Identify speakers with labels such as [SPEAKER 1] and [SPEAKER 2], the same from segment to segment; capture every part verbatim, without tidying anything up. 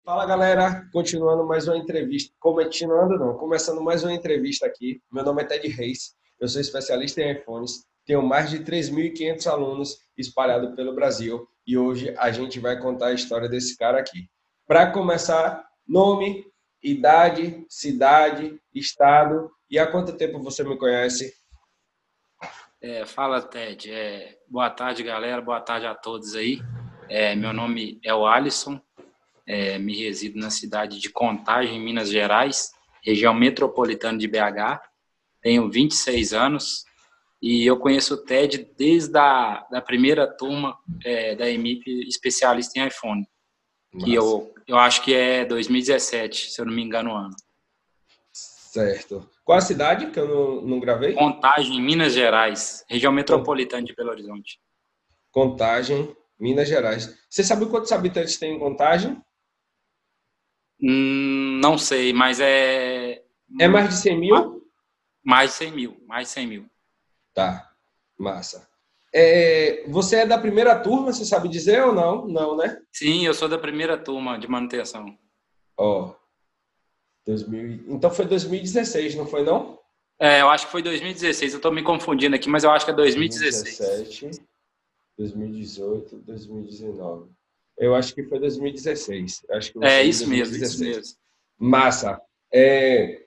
[SPEAKER 1] Fala galera, continuando mais uma entrevista, continuando não, começando mais uma entrevista aqui. Meu nome é Ted Reis, eu sou especialista em iPhones, tenho mais de três mil e quinhentos alunos espalhados pelo Brasil e hoje a gente vai contar a história desse cara aqui. Para começar, nome, idade, cidade, estado e há quanto tempo você me conhece?
[SPEAKER 2] É, fala, Ted. É, boa tarde, galera. Boa tarde a todos aí. É, meu nome é o Alisson. É, me resido na cidade de Contagem, Minas Gerais, região metropolitana de B H. Tenho vinte e seis anos e eu conheço o Ted desde a da primeira turma é, da E M I P especialista em iPhone, que
[SPEAKER 1] Massa,
[SPEAKER 2] eu, eu acho que é dois mil e dezessete, se eu não me engano o ano.
[SPEAKER 1] certo. Qual a cidade que eu não, não gravei?
[SPEAKER 2] Contagem, Minas Gerais, região
[SPEAKER 1] Con-
[SPEAKER 2] metropolitana de Belo Horizonte.
[SPEAKER 1] Contagem, Minas Gerais. Você sabe quantos habitantes tem em Contagem?
[SPEAKER 2] Hum, não sei, mas é
[SPEAKER 1] É
[SPEAKER 2] hum,
[SPEAKER 1] mais de cem
[SPEAKER 2] ma-
[SPEAKER 1] mil?
[SPEAKER 2] mais de cem mil, mais de cem mil.
[SPEAKER 1] Tá, massa. É, você é da primeira turma, você sabe dizer ou não? Não, né?
[SPEAKER 2] Sim, eu sou da primeira turma de manutenção.
[SPEAKER 1] Ó, dois mil, e- então foi dois mil e dezesseis, não foi não?
[SPEAKER 2] É, eu acho que foi dois mil e dezesseis, eu estou me confundindo aqui, mas eu acho que é dois mil e dezesseis.
[SPEAKER 1] dois mil e dezessete, dois mil e dezoito, dois mil e dezenove. Eu acho que foi dois mil e dezesseis. Eu acho que você
[SPEAKER 2] É
[SPEAKER 1] é de
[SPEAKER 2] isso mesmo, isso
[SPEAKER 1] dois mil e dezesseis.
[SPEAKER 2] mesmo.
[SPEAKER 1] Massa. É,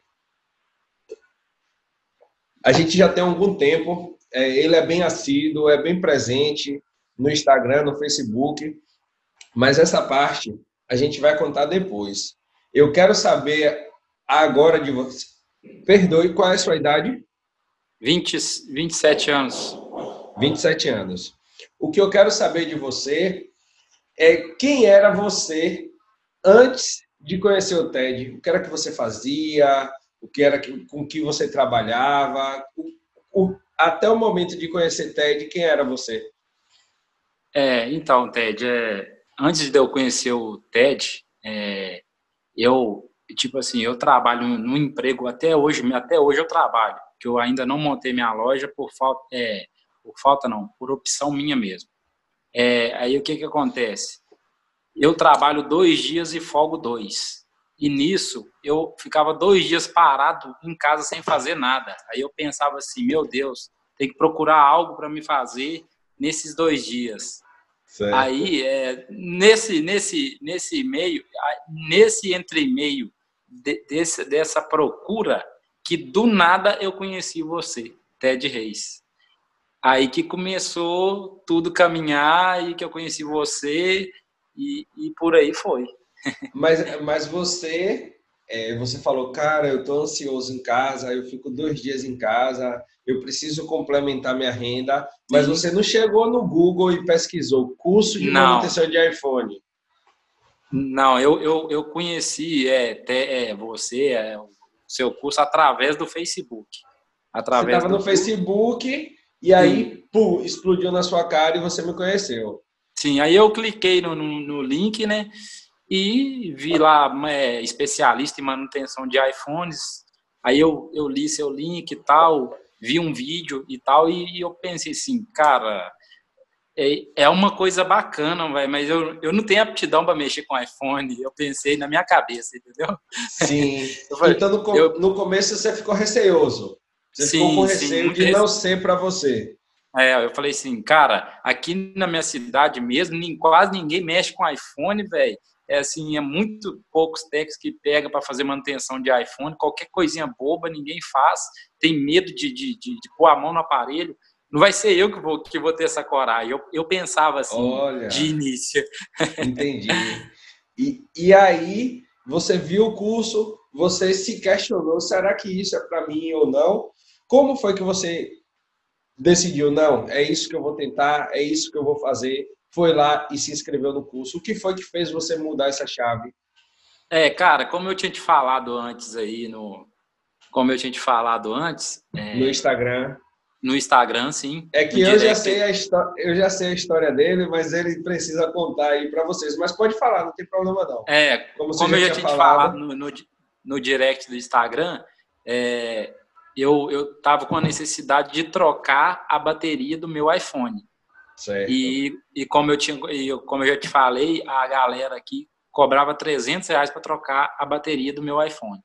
[SPEAKER 1] a gente já tem algum tempo, é, ele é bem assíduo, é bem presente no Instagram, no Facebook. Mas essa parte a gente vai contar depois. Eu quero saber agora de você. Perdoe, qual é a sua idade?
[SPEAKER 2] vinte, vinte e sete anos.
[SPEAKER 1] vinte e sete anos. O que eu quero saber de você é quem era você antes de conhecer o TED. O que era que você fazia? O que era que, com que você trabalhava? O, o, até o momento de conhecer TED, quem era você?
[SPEAKER 2] É, então, Ted, é, antes de eu conhecer o Ted, é, eu, tipo assim, eu trabalho num emprego até hoje, até hoje eu trabalho, que eu ainda não montei minha loja por falta, é, por falta não, por opção minha mesmo. É, aí o que que acontece? Eu trabalho dois dias e folgo dois. E nisso, eu ficava dois dias parado em casa sem fazer nada. Aí eu pensava assim, meu Deus, tem que procurar algo para me fazer nesses dois dias.
[SPEAKER 1] Certo.
[SPEAKER 2] Aí, é, nesse, nesse, nesse meio, nesse entre-meio de, desse, dessa procura, que do nada eu conheci você, Ted Reis. Aí que começou tudo caminhar e que eu conheci você e, e por aí foi.
[SPEAKER 1] Mas, mas você, é, você falou, cara, eu estou ansioso em casa, eu fico dois dias em casa, eu preciso complementar minha renda, mas você
[SPEAKER 2] Sim,
[SPEAKER 1] não chegou no Google e pesquisou curso de
[SPEAKER 2] não,
[SPEAKER 1] manutenção de iPhone.
[SPEAKER 2] não, eu, eu, eu conheci é, até, é, você, é, o seu curso através do Facebook,
[SPEAKER 1] Você
[SPEAKER 2] através
[SPEAKER 1] estava
[SPEAKER 2] do,
[SPEAKER 1] no
[SPEAKER 2] do
[SPEAKER 1] Facebook e
[SPEAKER 2] sim,
[SPEAKER 1] aí, pum, explodiu na sua cara e você me conheceu.
[SPEAKER 2] sim, aí eu cliquei no, no, no link, né, e vi lá é, especialista em manutenção de iPhones. Aí eu, eu li seu link e tal, vi um vídeo e tal, e, e eu pensei assim, cara, é, é uma coisa bacana, véio, mas eu, eu não tenho aptidão para mexer com iPhone. Eu pensei na minha cabeça, entendeu?
[SPEAKER 1] Sim.
[SPEAKER 2] Eu falei,
[SPEAKER 1] Então, no,
[SPEAKER 2] eu,
[SPEAKER 1] com- no começo você ficou receoso. Você ficou com
[SPEAKER 2] sim, sim,
[SPEAKER 1] receio
[SPEAKER 2] muito
[SPEAKER 1] de não
[SPEAKER 2] receio.
[SPEAKER 1] ser para você.
[SPEAKER 2] É, eu falei assim, cara, aqui na minha cidade mesmo, nem, quase ninguém mexe com iPhone, velho. É assim, é muito poucos techs que pega para fazer manutenção de iPhone, qualquer coisinha boba ninguém faz, tem medo de, de, de, de pôr a mão no aparelho. Não vai ser eu que vou, que vou ter essa coragem. Eu, eu pensava assim, de
[SPEAKER 1] Olha,
[SPEAKER 2] início.
[SPEAKER 1] entendi. E, e aí, você viu o curso, você se questionou, será que isso é para mim ou não? Como foi que você decidiu, não, é isso que eu vou tentar, é isso que eu vou fazer? Foi lá e se inscreveu no curso. O que foi que fez você mudar essa chave
[SPEAKER 2] É, cara, como eu tinha te falado antes aí, no, como eu tinha te falado antes,
[SPEAKER 1] no
[SPEAKER 2] é,
[SPEAKER 1] Instagram?
[SPEAKER 2] no Instagram, sim,
[SPEAKER 1] É
[SPEAKER 2] no
[SPEAKER 1] que eu já sei
[SPEAKER 2] direct.
[SPEAKER 1] a história, eu já sei a história dele, mas ele precisa contar aí para vocês. Mas pode falar, não tem problema não.
[SPEAKER 2] É,
[SPEAKER 1] Como você
[SPEAKER 2] como
[SPEAKER 1] já
[SPEAKER 2] eu já
[SPEAKER 1] tinha
[SPEAKER 2] tinha te falado
[SPEAKER 1] falado,
[SPEAKER 2] no, no, no direct do Instagram, é, eu, eu tava com a necessidade de trocar a bateria do meu iPhone.
[SPEAKER 1] certo?
[SPEAKER 2] E, e como, eu tinha, e eu, como eu já te falei, a galera aqui cobrava trezentos reais para trocar a bateria do meu iPhone.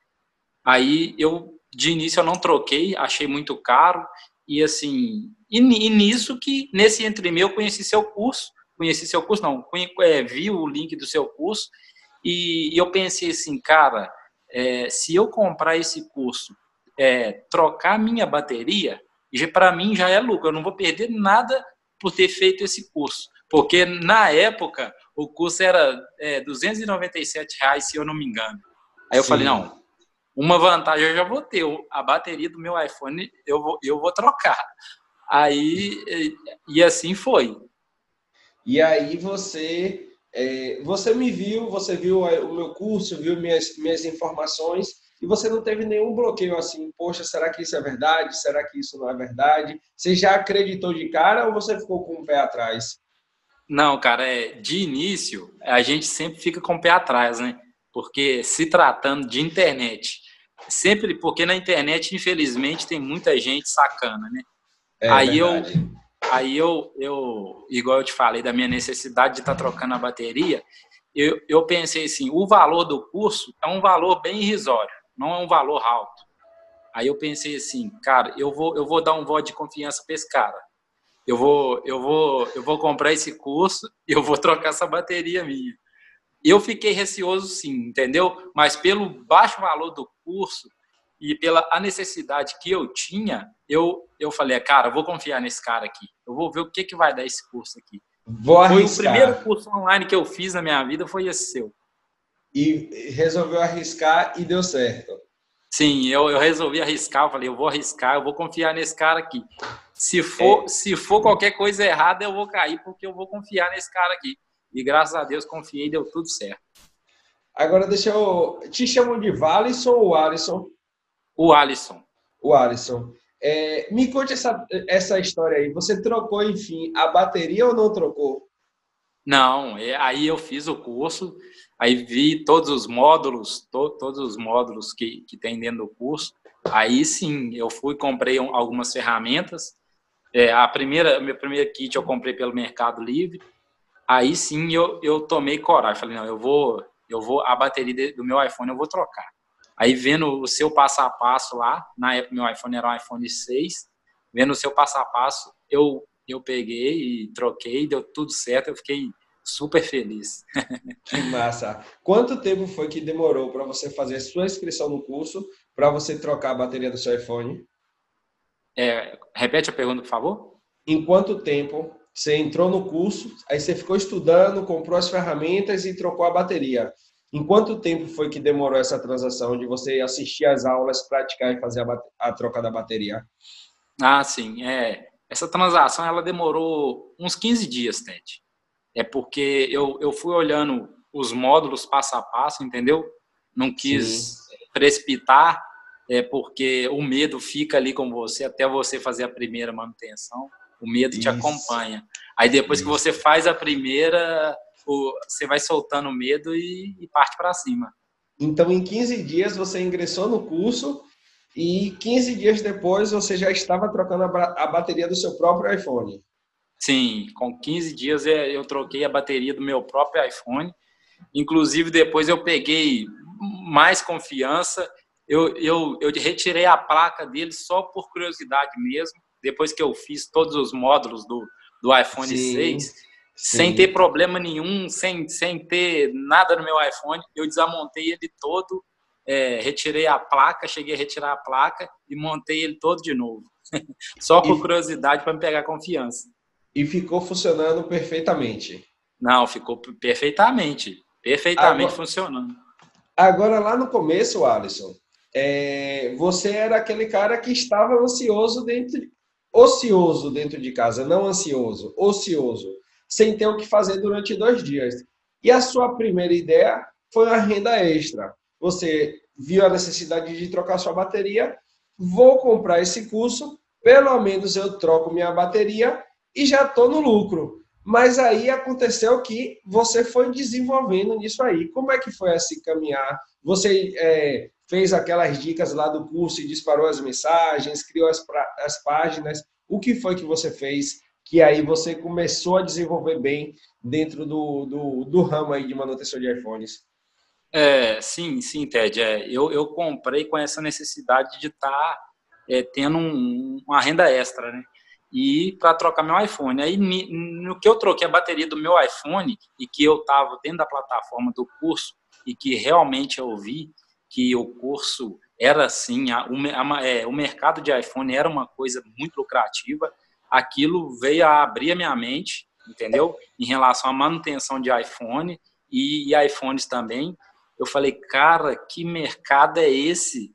[SPEAKER 2] Aí eu, de início, eu não troquei, achei muito caro, e assim, e, e nisso que, nesse entremeio, eu conheci seu curso, conheci seu curso, não, conhe, é, vi o link do seu curso, e, e eu pensei assim, cara, é, se eu comprar esse curso, é, trocar minha bateria, para mim já é lucro, eu não vou perder nada por ter feito esse curso, porque na época o curso era é, duzentos e noventa e sete reais, se eu não me engano. Aí eu
[SPEAKER 1] Sim.
[SPEAKER 2] falei, não, uma vantagem eu já vou ter, a bateria do meu iPhone eu vou, eu vou trocar. Aí, e assim foi.
[SPEAKER 1] E aí você, é, você me viu, você viu o meu curso, viu minhas, minhas informações, e você não teve nenhum bloqueio assim, poxa, será que isso é verdade? Será que isso não é verdade? Você já acreditou de cara ou você ficou com o pé atrás?
[SPEAKER 2] Não, cara, é, de início, a gente sempre fica com o pé atrás, né? Porque se tratando de internet, sempre, porque na internet, infelizmente, tem muita gente sacana, né?
[SPEAKER 1] É
[SPEAKER 2] Aí eu,
[SPEAKER 1] verdade.
[SPEAKER 2] aí eu, eu, igual eu te falei da minha necessidade de estar trocando a bateria, eu, eu pensei assim, o valor do curso é um valor bem irrisório, não é um valor alto. Aí eu pensei assim, cara, eu vou, eu vou dar um voto de confiança para esse cara. Eu vou, eu vou, eu vou comprar esse curso e eu vou trocar essa bateria minha. Eu fiquei receoso, sim, entendeu? Mas pelo baixo valor do curso e pela a necessidade que eu tinha, eu, eu falei, cara, eu vou confiar nesse cara aqui. Eu vou ver o que, que vai dar esse curso aqui.
[SPEAKER 1] Vou
[SPEAKER 2] Foi o primeiro
[SPEAKER 1] arriscar.
[SPEAKER 2] curso online que eu fiz na minha vida, foi esse seu.
[SPEAKER 1] E resolveu arriscar e deu certo.
[SPEAKER 2] Sim, eu, eu resolvi arriscar, eu falei, eu vou arriscar, eu vou confiar nesse cara aqui. Se for,
[SPEAKER 1] É,
[SPEAKER 2] se for qualquer coisa errada, eu vou cair, porque eu vou confiar nesse cara aqui. E graças a Deus confiei e deu tudo certo.
[SPEAKER 1] agora deixa eu. Te chamam de Valisson ou Alisson?
[SPEAKER 2] O Alisson.
[SPEAKER 1] O Alisson. É, me conte essa, essa história aí. Você trocou, enfim, a bateria ou não trocou?
[SPEAKER 2] Não, aí eu fiz o curso, aí vi todos os módulos, to, todos os módulos que, que tem dentro do curso. Aí sim, eu fui comprei algumas ferramentas. É, a primeira, meu primeiro kit eu comprei pelo Mercado Livre. Aí sim eu, eu tomei coragem, falei, não, eu vou, eu vou, a bateria do meu iPhone eu vou trocar. Aí vendo o seu passo a passo lá, na época meu iPhone era um iPhone seis, vendo o seu passo a passo, eu, eu peguei e troquei, deu tudo certo, eu fiquei super feliz.
[SPEAKER 1] Que massa. Quanto tempo foi que demorou para você fazer a sua inscrição no curso, para você trocar a bateria do seu iPhone?
[SPEAKER 2] É, repete a pergunta, por favor?
[SPEAKER 1] Em quanto tempo você entrou no curso, aí você ficou estudando, comprou as ferramentas e trocou a bateria? Em quanto tempo foi que demorou essa transação de você assistir às aulas, praticar e fazer a, a troca da bateria?
[SPEAKER 2] Ah, sim, é, essa transação ela demorou uns quinze dias, Ted. É porque eu, eu fui olhando os módulos passo a passo, entendeu? Não
[SPEAKER 1] Sim,
[SPEAKER 2] quis precipitar, é porque o medo fica ali com você até você fazer a primeira manutenção. O medo te
[SPEAKER 1] isso,
[SPEAKER 2] acompanha. Aí depois que
[SPEAKER 1] isso.
[SPEAKER 2] você faz a primeira, o, você vai soltando o medo e, e parte para cima.
[SPEAKER 1] Então, em quinze dias você ingressou no curso e quinze dias depois você já estava trocando a, ba- a bateria do seu próprio iPhone.
[SPEAKER 2] Sim, com quinze dias é, eu troquei a bateria do meu próprio iPhone. Inclusive, depois eu peguei mais confiança. Eu, eu, eu retirei a placa dele só por curiosidade mesmo. Depois que eu fiz todos os módulos do, do iPhone
[SPEAKER 1] Sim,
[SPEAKER 2] seis, sem ter
[SPEAKER 1] sim.
[SPEAKER 2] problema nenhum, sem, sem ter nada no meu iPhone, eu desamontei ele todo, é, retirei a placa, cheguei a retirar a placa e montei ele todo de novo. Só
[SPEAKER 1] E,
[SPEAKER 2] por curiosidade para me pegar confiança.
[SPEAKER 1] e ficou funcionando perfeitamente.
[SPEAKER 2] Não, ficou perfeitamente, perfeitamente
[SPEAKER 1] Agora,
[SPEAKER 2] funcionando.
[SPEAKER 1] agora lá no começo, Alisson, é, você era aquele cara que estava ansioso dentro, ocioso dentro de casa, não ansioso, ocioso, sem ter o que fazer durante dois dias. E a sua primeira ideia foi uma renda extra. Você viu a necessidade de trocar sua bateria, vou comprar esse curso, pelo menos eu troco minha bateria e já estou no lucro. Mas aí aconteceu que você foi desenvolvendo nisso aí. Como é que foi esse caminhar? Você é, fez aquelas dicas lá do curso e disparou as mensagens, criou as, as páginas. O que foi que você fez que aí você começou a desenvolver bem dentro do, do, do ramo aí de manutenção de iPhones.
[SPEAKER 2] É, sim, sim, Ted. É, eu, eu comprei com essa necessidade de estar é, tendo um, uma renda extra, né? E para trocar meu iPhone. Aí, no que eu troquei a bateria do meu iPhone e que eu estava dentro da plataforma do curso e que realmente eu vi que o curso era assim, a, a, é, o mercado de iPhone era uma coisa muito lucrativa, aquilo veio a abrir a minha mente, entendeu? Em relação à manutenção de iPhone e, e iPhones também. Eu falei, cara, que mercado é esse?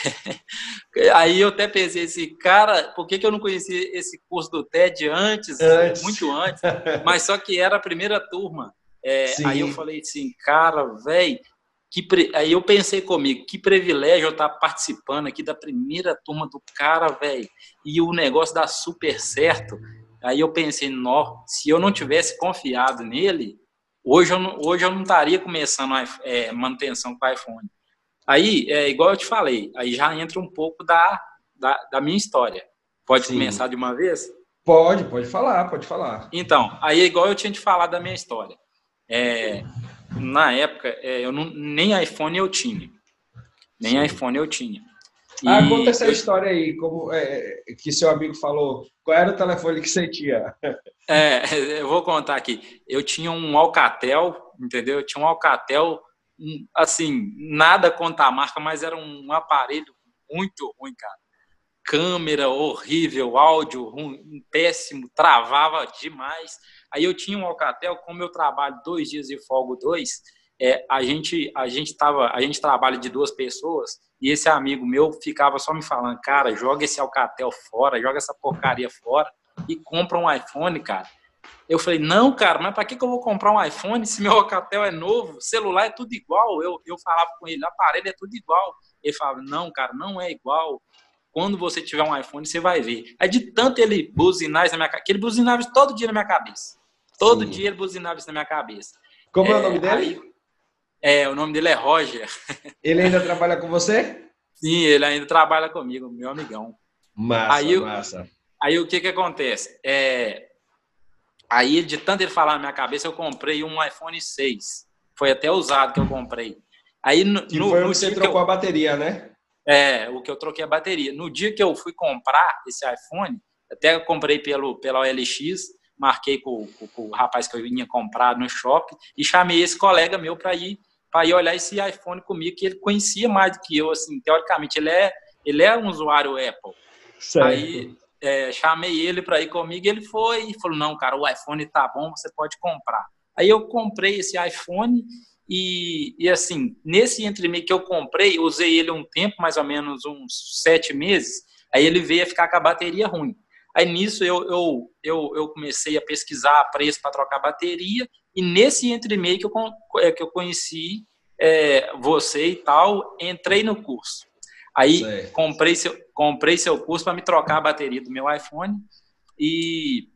[SPEAKER 2] Aí eu até pensei assim, cara, por que, que eu não conheci esse curso do TED antes,
[SPEAKER 1] Antes.
[SPEAKER 2] muito antes? Mas só que era a primeira turma. É, aí eu
[SPEAKER 1] Sim.
[SPEAKER 2] falei assim, cara, velho, pre... aí eu pensei comigo, que privilégio eu estar participando aqui da primeira turma do cara, velho, e o negócio dá super certo. Aí eu pensei, nó, se eu não tivesse confiado nele, hoje eu não, hoje eu não estaria começando a é, manutenção com o iPhone. Aí, é, igual eu te falei, aí já entra um pouco da, da, da minha história. Pode
[SPEAKER 1] Sim.
[SPEAKER 2] começar de uma vez?
[SPEAKER 1] Pode, pode falar, pode falar.
[SPEAKER 2] Então, aí é igual eu tinha te falado da minha história. É, na época, é, eu não, nem iPhone eu tinha. Nem
[SPEAKER 1] Sim.
[SPEAKER 2] iPhone eu tinha.
[SPEAKER 1] Ah, conta
[SPEAKER 2] E
[SPEAKER 1] essa
[SPEAKER 2] eu,
[SPEAKER 1] história aí, como é, que seu amigo falou. Qual era o telefone que você tinha?
[SPEAKER 2] é, eu vou contar aqui. Eu tinha um Alcatel, entendeu? Eu tinha um Alcatel, assim, nada contra a marca, mas era um aparelho muito ruim, cara. Câmera horrível, áudio ruim, péssimo, travava demais. Aí eu tinha um Alcatel, como eu trabalho dois dias e folgo dois, é, a gente a gente tava, a gente trabalha de duas pessoas e esse amigo meu ficava só me falando, cara, joga esse Alcatel fora, joga essa porcaria fora e compra um iPhone, cara. Eu falei, não, cara, mas para que, que eu vou comprar um iPhone se meu Alcatel é novo? Celular é tudo igual. Eu, eu falava com ele, aparelho é tudo igual. Ele falava, não, cara, não é igual. Quando você tiver um iPhone, você vai ver. Aí de tanto ele buzinar isso na minha cabeça, que ele buzinava isso todo dia na minha cabeça. Todo
[SPEAKER 1] Sim.
[SPEAKER 2] dia ele buzinava isso na minha cabeça.
[SPEAKER 1] Como é o nome
[SPEAKER 2] É,
[SPEAKER 1] dele?
[SPEAKER 2] aí, é, o nome dele é Roger.
[SPEAKER 1] Ele ainda trabalha com você?
[SPEAKER 2] Sim, ele ainda trabalha comigo, meu amigão.
[SPEAKER 1] Massa,
[SPEAKER 2] Aí,
[SPEAKER 1] massa.
[SPEAKER 2] aí o que que acontece? É, aí, de tanto ele falar na minha cabeça, eu comprei um iPhone seis. Foi até usado que eu comprei. Aí, no,
[SPEAKER 1] Que
[SPEAKER 2] no,
[SPEAKER 1] foi o
[SPEAKER 2] no
[SPEAKER 1] que você
[SPEAKER 2] dia que
[SPEAKER 1] trocou
[SPEAKER 2] eu...
[SPEAKER 1] a bateria, né?
[SPEAKER 2] É, o que eu troquei a bateria. No dia que eu fui comprar esse iPhone, até eu comprei pelo, pela O L X, marquei com, com, com o rapaz que eu vinha comprar no shopping e chamei esse colega meu para ir, para ir olhar esse iPhone comigo, que ele conhecia mais do que eu, assim, teoricamente, ele é, ele é um usuário Apple. Aí
[SPEAKER 1] Certo.
[SPEAKER 2] é, chamei ele para ir comigo, ele foi e falou, não, cara, o iPhone tá bom, você pode comprar. Aí eu comprei esse iPhone e, e assim, nesse entremeio que eu comprei, usei ele um tempo, mais ou menos uns sete meses, aí ele veio a ficar com a bateria ruim. Aí nisso eu, eu, eu, eu comecei a pesquisar preço para trocar bateria e nesse entremeio que eu, que eu conheci é, você e tal, entrei no curso. Aí
[SPEAKER 1] Certo.
[SPEAKER 2] comprei seu, comprei seu curso para me trocar a bateria do meu iPhone e,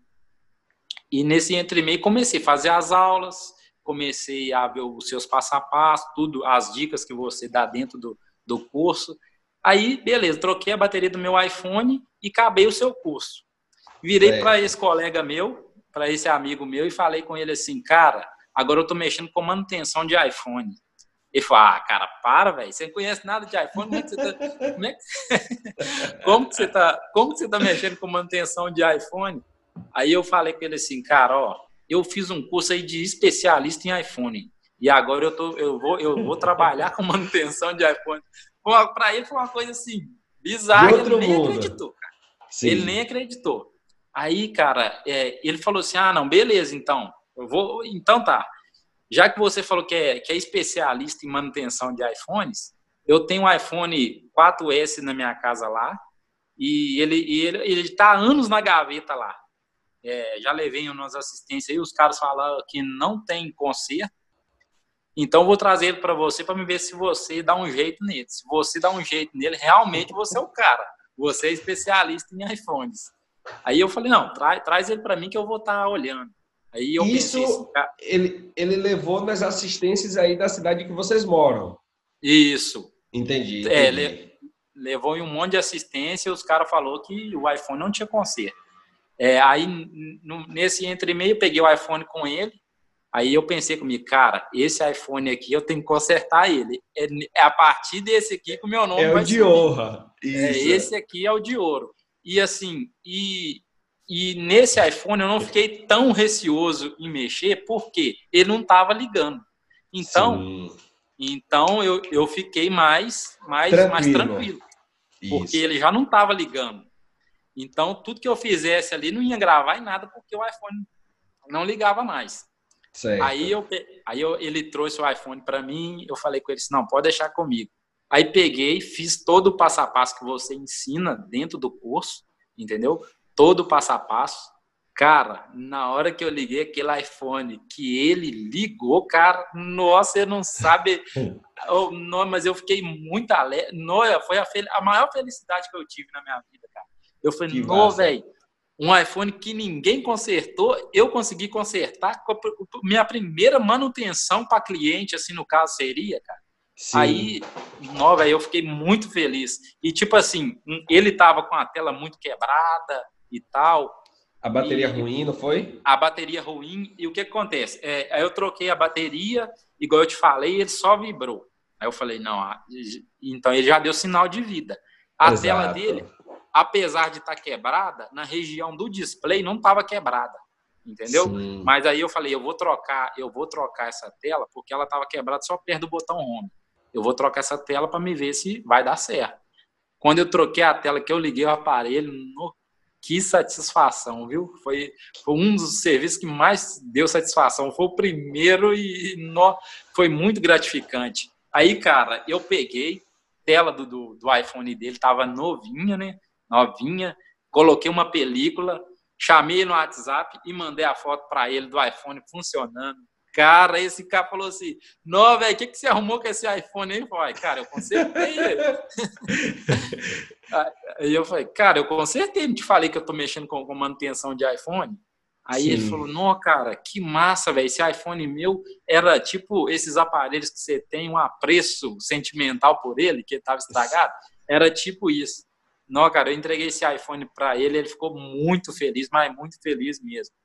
[SPEAKER 2] e nesse entremeio comecei a fazer as aulas, comecei a ver os seus passo a passo, tudo, as dicas que você dá dentro do, do curso. Aí, beleza, troquei a bateria do meu iPhone e acabei o seu curso. Virei para
[SPEAKER 1] Certo.
[SPEAKER 2] esse colega meu, para esse amigo meu e falei com ele assim, cara, agora eu estou mexendo com manutenção de iPhone. Ele falou, ah, cara, para, velho, você não conhece nada de iPhone, como é que você tá, como é que, como que você tá, como que você tá mexendo com manutenção de iPhone? Aí eu falei com ele assim, cara, ó, eu fiz um curso aí de especialista em iPhone e agora eu tô, eu vou, eu vou trabalhar com manutenção de iPhone. Para ele foi uma coisa assim
[SPEAKER 1] De
[SPEAKER 2] bizarra, ele
[SPEAKER 1] outro
[SPEAKER 2] nem
[SPEAKER 1] mundo.
[SPEAKER 2] acreditou, cara. Ele nem
[SPEAKER 1] Sim.
[SPEAKER 2] acreditou. Aí, cara, é, ele falou assim, ah, não, beleza, então, eu vou, então tá. Já que você falou que é, que é especialista em manutenção de iPhones, eu tenho um iPhone quatro S na minha casa lá e ele ele ele está há anos na gaveta lá. É, já levei umas assistências aí, os caras falaram que não tem conserto, então vou trazer ele para você para me ver se você dá um jeito nele. Se você dá um jeito nele, realmente você é o cara. Você é especialista em iPhones. Aí eu falei, não, tra traz ele para mim que eu vou estar tá olhando. Aí eu pensei assim,
[SPEAKER 1] Isso
[SPEAKER 2] cara,
[SPEAKER 1] ele, ele levou nas assistências aí da cidade que vocês moram.
[SPEAKER 2] isso.
[SPEAKER 1] Entendi,
[SPEAKER 2] É, le,
[SPEAKER 1] entendi.
[SPEAKER 2] levou em um monte de assistência e os caras falaram que o iPhone não tinha conserto. É, aí, no, nesse entre-meio, eu peguei o iPhone com ele, Aí eu pensei comigo, cara, esse iPhone aqui eu tenho que consertar ele. É, é a partir desse aqui que o meu nome
[SPEAKER 1] É o
[SPEAKER 2] vai
[SPEAKER 1] de
[SPEAKER 2] subir.
[SPEAKER 1] honra.
[SPEAKER 2] É,
[SPEAKER 1] Isso.
[SPEAKER 2] esse aqui é o de ouro. E assim, e, e nesse iPhone eu não fiquei tão receoso em mexer, porque ele não estava ligando. Então,
[SPEAKER 1] Sim.
[SPEAKER 2] então eu, eu fiquei mais, mais, mais
[SPEAKER 1] Tranquilo.
[SPEAKER 2] tranquilo, porque
[SPEAKER 1] Isso.
[SPEAKER 2] ele já não estava ligando. Então, tudo que eu fizesse ali não ia gravar em nada, porque o iPhone não ligava mais. Aí,
[SPEAKER 1] Certo.
[SPEAKER 2] eu, aí eu, ele trouxe o iPhone para mim, eu falei com ele assim, não, pode deixar comigo. Aí peguei, fiz todo o passo a passo que você ensina dentro do curso, entendeu? Todo o passo a passo. Cara, na hora que eu liguei aquele iPhone, que ele ligou, cara, nossa, você não sabe... Eu, não, mas eu fiquei muito alegre. Nossa, foi a, fel... a maior felicidade que eu tive na minha vida, cara. Eu falei,
[SPEAKER 1] Que
[SPEAKER 2] não,
[SPEAKER 1] massa.
[SPEAKER 2] velho, um iPhone que ninguém consertou, eu consegui consertar. Minha primeira manutenção para cliente, assim, no caso, seria, cara.
[SPEAKER 1] Sim.
[SPEAKER 2] Aí, não, véio, eu fiquei muito feliz. E, tipo assim, ele tava com a tela muito quebrada e tal.
[SPEAKER 1] A bateria
[SPEAKER 2] E
[SPEAKER 1] ruim, não foi?
[SPEAKER 2] a bateria ruim. E o que, que acontece? É, aí eu troquei a bateria, igual eu te falei, ele só vibrou. Aí eu falei, não, então ele já deu sinal de vida. A tela dele,
[SPEAKER 1] Exato.
[SPEAKER 2] apesar de estar tá quebrada, na região do display não estava quebrada, entendeu?
[SPEAKER 1] Sim.
[SPEAKER 2] Mas aí eu falei, eu vou trocar, eu vou trocar essa tela porque ela estava quebrada só perto do botão home. Eu vou trocar essa tela para me ver se vai dar certo. Quando eu troquei a tela, que eu liguei o aparelho, no... que satisfação, viu? Foi, foi um dos serviços que mais deu satisfação. Foi o primeiro e no... foi muito gratificante. Aí, cara, eu peguei tela do, do, do iPhone dele, tava novinha, né? Novinha. Coloquei uma película, chamei no WhatsApp e mandei a foto para ele do iPhone funcionando. Cara, esse cara falou assim, não, velho, o que, que você arrumou com esse iPhone aí? Eu falei, cara, eu consertei ele. Aí eu falei, cara, eu consertei, não te falei que eu tô mexendo com, com manutenção de iPhone? Aí ele
[SPEAKER 1] Sim.
[SPEAKER 2] falou, não, cara, que massa, velho, esse iPhone meu era tipo esses aparelhos que você tem um apreço sentimental por ele, que ele tava estragado, era tipo isso. Não, cara, eu entreguei esse iPhone para ele, ele ficou muito feliz, mas muito feliz mesmo.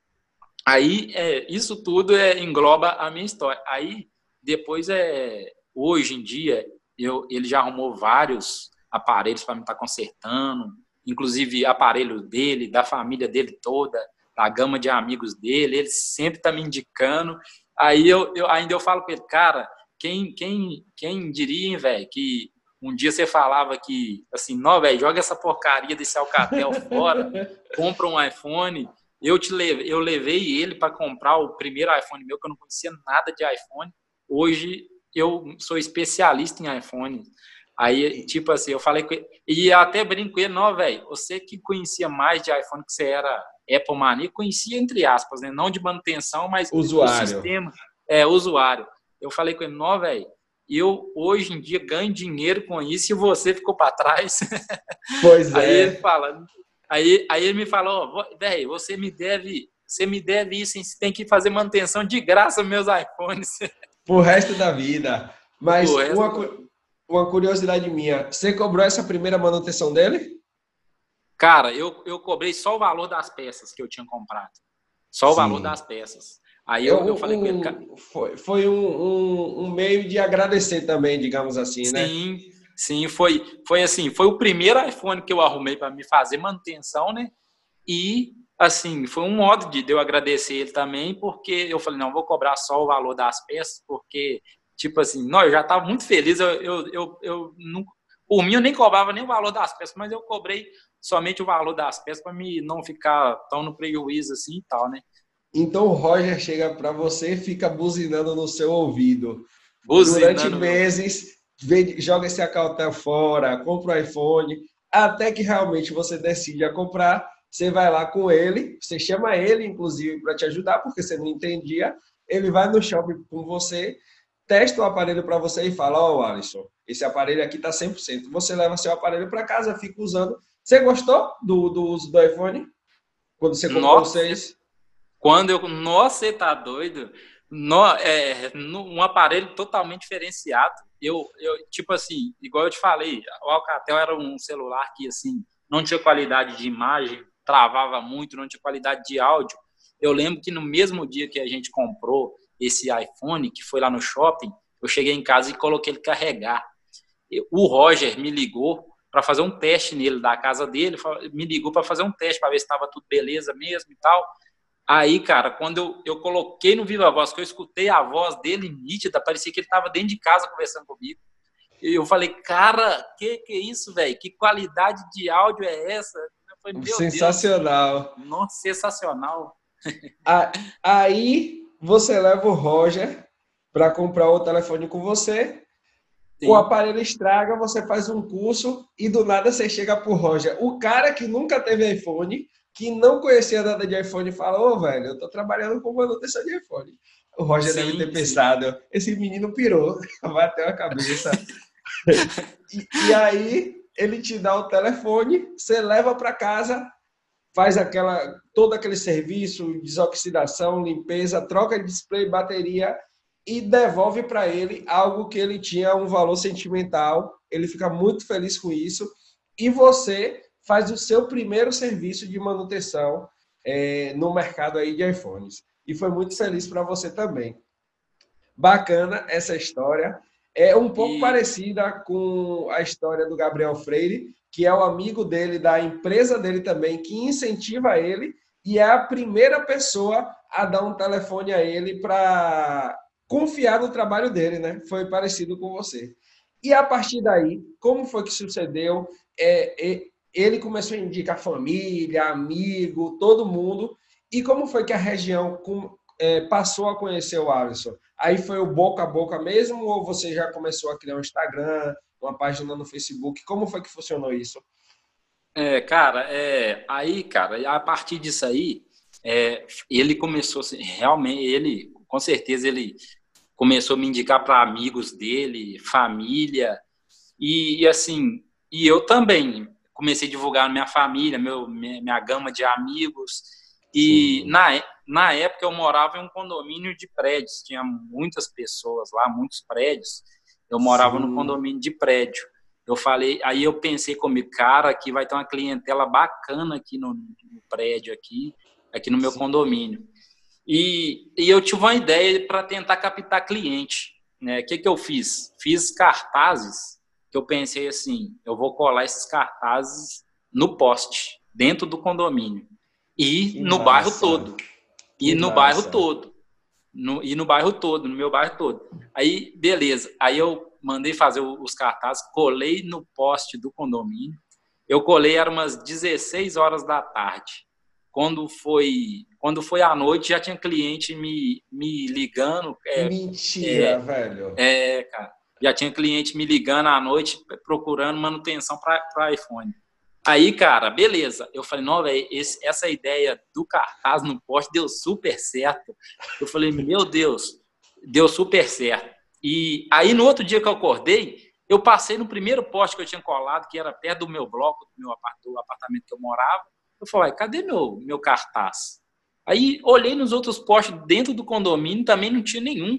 [SPEAKER 2] Aí, é, isso tudo é, engloba a minha história. Aí, depois, é, hoje em dia, eu, ele já arrumou vários aparelhos para me estar tá consertando, inclusive aparelho dele, da família dele toda, da gama de amigos dele, ele sempre está me indicando. Aí, eu, eu, ainda eu falo com ele, cara, quem, quem, quem diria, velho, que um dia você falava que, assim, não, velho, joga essa porcaria desse Alcatel fora, compra um iPhone. Eu, te levei, eu levei ele para comprar o primeiro iPhone meu, que eu não conhecia nada de iPhone. Hoje eu sou especialista em iPhone. Aí, tipo assim, eu falei com ele, e até brinco com ele, não, velho, você que conhecia mais de iPhone, que você era Apple Mania, conhecia entre aspas, né? Não de manutenção, mas o
[SPEAKER 1] Usuário.
[SPEAKER 2] sistema, é, usuário. Eu falei com ele, não, velho, eu hoje em dia ganho dinheiro com isso e você ficou para trás.
[SPEAKER 1] Pois
[SPEAKER 2] Aí
[SPEAKER 1] é.
[SPEAKER 2] ele fala, aí, aí ele me falou, velho, você me deve, você me deve isso, hein? Você tem que fazer manutenção de graça nos meus iPhones.
[SPEAKER 1] Pro resto da vida.
[SPEAKER 2] O
[SPEAKER 1] Mas
[SPEAKER 2] resto,
[SPEAKER 1] uma, uma curiosidade minha, você cobrou essa primeira manutenção dele?
[SPEAKER 2] cara, eu, eu cobrei só o valor das peças que eu tinha comprado. Só o valor
[SPEAKER 1] Sim.
[SPEAKER 2] das peças. Aí
[SPEAKER 1] É
[SPEAKER 2] eu, eu
[SPEAKER 1] um,
[SPEAKER 2] falei com ele, cara,
[SPEAKER 1] um, foi, foi um, um, um meio de agradecer também, digamos assim, né?
[SPEAKER 2] sim, sim, foi, foi assim, foi o primeiro iPhone que eu arrumei para me fazer manutenção, né? E, assim, foi um modo de eu agradecer ele também, porque eu falei, não, vou cobrar só o valor das peças, porque, tipo assim, não, eu já estava muito feliz, eu, eu, eu, eu não, por mim eu nem cobrava nem o valor das peças, mas eu cobrei somente o valor das peças para me não ficar tão no prejuízo assim e tal, né?
[SPEAKER 1] Então o Roger chega para você e fica buzinando no seu ouvido. Durante
[SPEAKER 2] Buzinando meu.
[SPEAKER 1] meses, vê- joga esse Alcatel fora, compra o iPhone, até que realmente você decide a comprar, você vai lá com ele, você chama ele, inclusive, para te ajudar, porque você não entendia, ele vai no shopping com você, testa o aparelho para você e fala, ó, oh, Alisson, esse aparelho aqui está cem por cento. Você leva seu aparelho para casa, fica usando. Você gostou do, do uso do iPhone? Quando você comprou o
[SPEAKER 2] Nossa,
[SPEAKER 1] seis?
[SPEAKER 2] quando eu. Nossa, você tá doido? No, é, um aparelho totalmente diferenciado. Eu, eu, tipo assim, igual eu te falei, o Alcatel era um celular que, assim, não tinha qualidade de imagem, travava muito, não tinha qualidade de áudio. Eu lembro que no mesmo dia que a gente comprou esse iPhone, que foi lá no shopping, eu cheguei em casa e coloquei ele carregar. O Roger me ligou para fazer um teste nele da casa dele, me ligou para fazer um teste para ver se estava tudo beleza mesmo e tal. Aí, cara, quando eu, eu coloquei no Viva Voz, que eu escutei a voz dele nítida, parecia que ele estava dentro de casa conversando comigo. E eu falei, cara, que que é isso, velho? Que qualidade de áudio é essa? Eu falei, meu
[SPEAKER 1] Sensacional.
[SPEAKER 2] Deus. Nossa, sensacional.
[SPEAKER 1] Aí você leva o Roger para comprar o telefone com você. Sim. O aparelho estraga, você faz um curso e do nada você chega pro Roger. O cara que nunca teve iPhone, que não conhecia nada de iPhone, fala, ô, oh, velho, eu tô trabalhando com manutenção de iPhone. O Roger sim, deve ter sim. pensado, esse menino pirou, bateu a cabeça. e, e aí ele te dá o telefone, você leva para casa, faz aquela, todo aquele serviço, desoxidação, limpeza, troca de display, bateria e devolve para ele algo que ele tinha um valor sentimental. Ele fica muito feliz com isso. E você faz o seu primeiro serviço de manutenção é, no mercado aí de iPhones. E foi muito feliz para você também. Bacana essa história. É um pouco e... parecida com a história do Gabriel Freire, que é o amigo dele, da empresa dele também, que incentiva ele e é a primeira pessoa a dar um telefone a ele para confiar no trabalho dele, né? Foi parecido com você. E a partir daí, como foi que sucedeu? É, é, ele começou a indicar família, amigo, todo mundo. E como foi que a região com, é, passou a conhecer o Alisson? Aí foi o boca a boca mesmo ou você já começou a criar um Instagram, uma página no Facebook? Como foi que funcionou isso?
[SPEAKER 2] É, cara, é, aí, cara, a partir disso aí, é, ele começou, realmente, ele, com certeza, ele começou a me indicar para amigos dele, família, e, e assim, e eu também comecei a divulgar minha família, meu, minha, minha gama de amigos, e na, na época eu morava em um condomínio de prédios, tinha muitas pessoas lá, muitos prédios, eu morava Sim. no condomínio de prédio. Eu falei, aí eu pensei comigo, cara, aqui vai ter uma clientela bacana aqui no, no prédio, aqui, aqui no meu Sim. condomínio. E, e eu tive uma ideia para tentar captar cliente. Né? O que, que eu fiz? Fiz cartazes, que eu pensei assim, eu vou colar esses cartazes no poste, dentro do condomínio. E que no massa. bairro todo. E que no massa. bairro todo. No, e no bairro todo, no meu bairro todo. Aí, beleza. Aí eu mandei fazer os cartazes, colei no poste do condomínio. Eu colei, era umas dezesseis horas da tarde. Quando foi, quando foi à noite, já tinha cliente me, me ligando. É,
[SPEAKER 1] Mentira, é, velho.
[SPEAKER 2] É, cara. Já tinha cliente me ligando à noite, procurando manutenção para iPhone. Aí, cara, beleza. Eu falei, não, velho, essa ideia do cartaz no poste deu super certo. Eu falei, meu Deus, deu super certo. E aí, no outro dia que eu acordei, eu passei no primeiro poste que eu tinha colado, que era perto do meu bloco, do meu apartamento que eu morava. Eu falei, cadê meu, meu cartaz? Aí, olhei nos outros postes dentro do condomínio, também não tinha nenhum.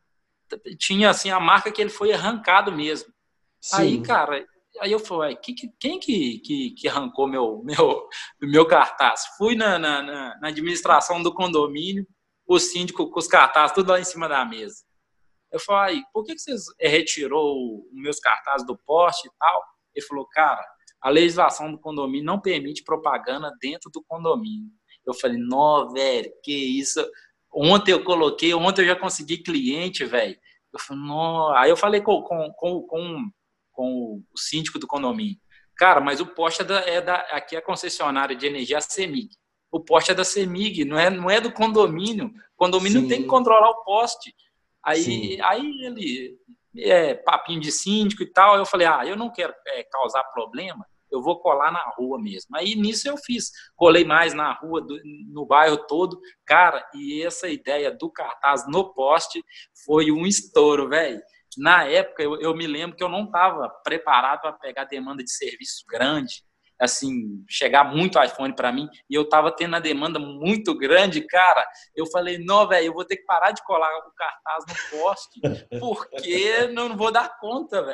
[SPEAKER 2] Tinha, assim, a marca que ele foi arrancado mesmo. Sim. Aí, cara... Aí eu falei, que, que, quem que, que, que arrancou meu, meu, meu cartaz? Fui na, na, na administração do condomínio, o síndico com os cartazes tudo lá em cima da mesa. Eu falei, por que, que vocês retirou os meus cartazes do poste e tal? Ele falou, cara, a legislação do condomínio não permite propaganda dentro do condomínio. Eu falei, não, velho, que isso? Ontem eu coloquei, ontem eu já consegui cliente, velho. Eu falei, não. Aí eu falei com... com, com, com com o síndico do condomínio. Cara, mas o poste é da, é da aqui é a concessionária de energia, a CEMIG. O poste é da CEMIG, não é, não é do condomínio. O condomínio Sim. tem que controlar o poste. Aí, aí ele, é, papinho de síndico e tal, eu falei, ah, eu não quero é, causar problema, eu vou colar na rua mesmo. Aí nisso eu fiz, colei mais na rua, do, no bairro todo. Cara, e essa ideia do cartaz no poste foi um estouro, velho. Na época, eu, eu me lembro que eu não estava preparado para pegar demanda de serviço grande, assim, chegar muito iPhone para mim, e eu estava tendo uma demanda muito grande, cara. Eu falei, não, velho, eu vou ter que parar de colar o cartaz no poste, porque não, não vou dar conta, velho.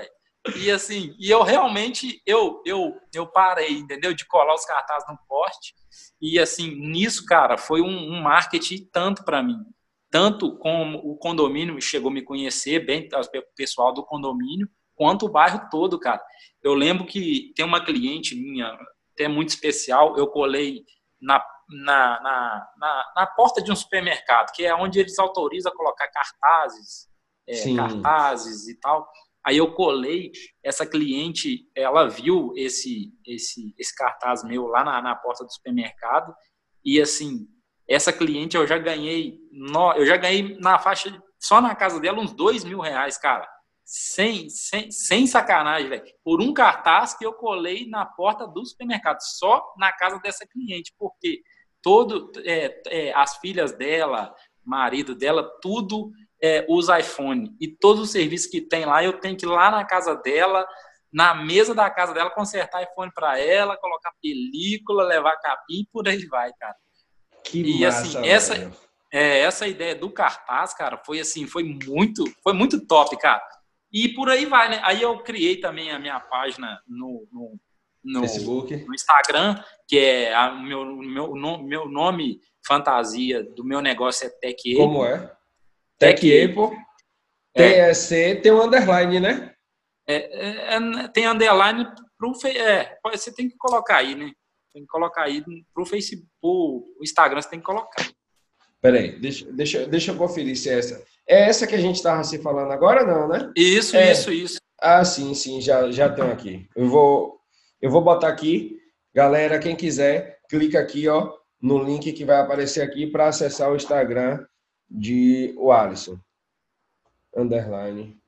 [SPEAKER 2] E assim, e eu realmente, eu, eu, eu parei, entendeu? De colar os cartazes no poste. E assim, nisso, cara, foi um, um marketing tanto para mim. Tanto como o condomínio chegou a me conhecer, bem o pessoal do condomínio, quanto o bairro todo, cara. Eu lembro que tem uma cliente minha, até muito especial, eu colei na, na, na, na, na porta de um supermercado, que é onde eles autorizam a colocar cartazes, é,
[SPEAKER 1] Sim.
[SPEAKER 2] cartazes e tal. Aí eu colei, essa cliente, ela viu esse, esse, esse cartaz meu lá na, na porta do supermercado e, assim, essa cliente eu já ganhei, no, eu já ganhei na faixa, só na casa dela, uns dois mil reais, cara. Sem, sem, sem sacanagem, velho. Por um cartaz que eu colei na porta do supermercado, só na casa dessa cliente, porque todo, é, é, as filhas dela, marido dela, tudo é, usa iPhone. E todos os serviços que tem lá, eu tenho que ir lá na casa dela, na mesa da casa dela, consertar iPhone para ela, colocar película, levar capim e por aí vai, cara.
[SPEAKER 1] Que
[SPEAKER 2] E assim,
[SPEAKER 1] massa,
[SPEAKER 2] essa
[SPEAKER 1] velho.
[SPEAKER 2] é, essa ideia do cartaz, cara, foi assim, foi muito, foi muito top, cara. E por aí vai, né? Aí eu criei também a minha página no, no, no,
[SPEAKER 1] Facebook.
[SPEAKER 2] no Instagram, que é a, meu, meu, meu nome fantasia do meu negócio é Tech
[SPEAKER 1] Como
[SPEAKER 2] Apple.
[SPEAKER 1] é? Tech
[SPEAKER 2] Tech Apple.
[SPEAKER 1] Apple.
[SPEAKER 2] É,
[SPEAKER 1] T E C tem um underline, né?
[SPEAKER 2] é, é, é, tem underline pro é, você tem que colocar aí, né? Tem que colocar aí pro Facebook, pro Instagram você tem que colocar.
[SPEAKER 1] Peraí, deixa, deixa, deixa eu conferir se é essa. É essa que a gente estava se falando agora, não, né?
[SPEAKER 2] Isso, isso,
[SPEAKER 1] É.
[SPEAKER 2] isso.
[SPEAKER 1] Ah, sim, sim, já, já tenho aqui. Eu vou, eu vou botar aqui. Galera, quem quiser, clica aqui, ó, no link que vai aparecer aqui para acessar o Instagram de o Alisson. Underline.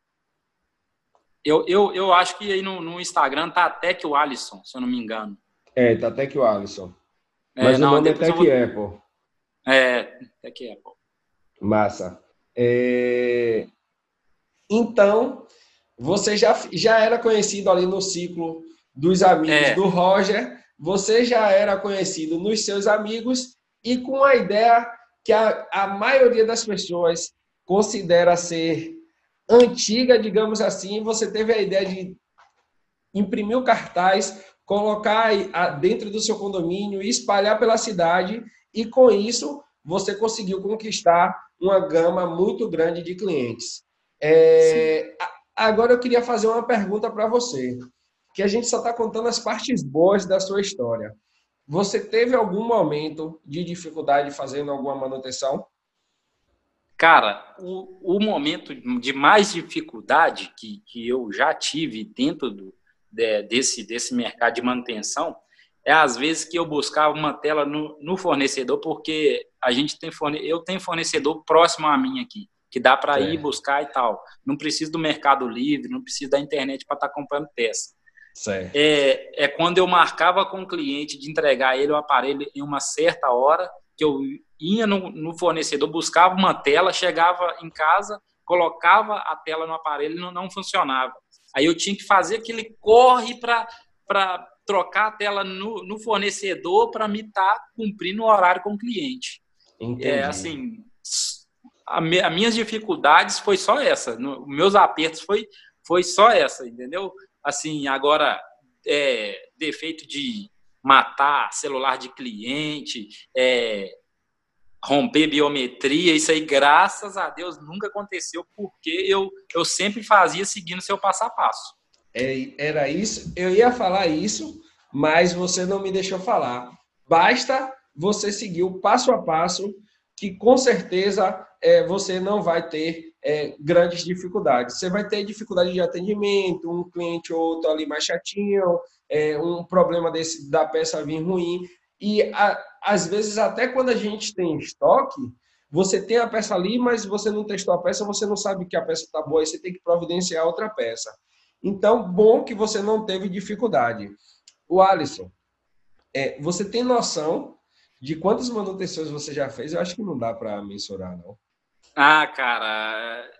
[SPEAKER 2] Eu, eu, eu acho que aí no, no Instagram tá até que o Alisson, se eu não me engano.
[SPEAKER 1] É, tá Tech o Alisson.
[SPEAKER 2] É,
[SPEAKER 1] Mas o
[SPEAKER 2] não,
[SPEAKER 1] nome é
[SPEAKER 2] depois eu
[SPEAKER 1] Tech
[SPEAKER 2] vou.
[SPEAKER 1] Apple.
[SPEAKER 2] É, até que é, pô.
[SPEAKER 1] Massa. É, então, você já, já era conhecido ali no ciclo dos amigos
[SPEAKER 2] É,
[SPEAKER 1] do Roger, você já era conhecido nos seus amigos e com a ideia que a, a maioria das pessoas considera ser antiga, digamos assim, você teve a ideia de imprimir o cartaz, colocar dentro do seu condomínio e espalhar pela cidade e com isso você conseguiu conquistar uma gama muito grande de clientes.
[SPEAKER 2] sim.
[SPEAKER 1] É, agora eu queria fazer uma pergunta para você, que a gente só está contando as partes boas da sua história. Você teve algum momento de dificuldade fazendo alguma manutenção?
[SPEAKER 2] Cara, o, o momento de mais dificuldade que, que eu já tive dentro do, de, desse, desse mercado de manutenção é às vezes que eu buscava uma tela no, no fornecedor, porque a gente tem forne, eu tenho fornecedor próximo a mim aqui, que dá para ir
[SPEAKER 1] Certo,
[SPEAKER 2] buscar e tal. Não preciso do Mercado Livre, não preciso da internet para estar comprando peça.
[SPEAKER 1] certo.
[SPEAKER 2] É, é quando eu marcava com o cliente de entregar ele o aparelho em uma certa hora, que eu ia no, no fornecedor, buscava uma tela, chegava em casa, colocava a tela no aparelho e não, não funcionava. Aí eu tinha que fazer aquele corre para trocar a tela no, no fornecedor para me estar tá cumprindo o horário com o cliente. É
[SPEAKER 1] Entendi.
[SPEAKER 2] assim, a me, as minhas dificuldades foi só essa, no, meus apertos foi, foi só essa, entendeu? Assim, agora, é, defeito de matar celular de cliente, é, romper biometria, isso aí, graças a Deus, nunca aconteceu, porque eu, eu sempre fazia seguindo seu passo a passo.
[SPEAKER 1] É, era isso, eu ia falar isso, mas você não me deixou falar. Basta você seguir o passo a passo, que com certeza é, você não vai ter é, grandes dificuldades. Você vai ter dificuldade de atendimento, um cliente ou outro ali mais chatinho, é, um problema desse da peça vir ruim. E a, às vezes, até quando a gente tem estoque, você tem a peça ali, mas você não testou a peça, você não sabe que a peça está boa, aí você tem que providenciar outra peça. Então, bom que você não teve dificuldade. O Alisson, é, você tem noção de quantas manutenções você já fez? Eu acho que não dá para mensurar, não.
[SPEAKER 2] Ah, cara,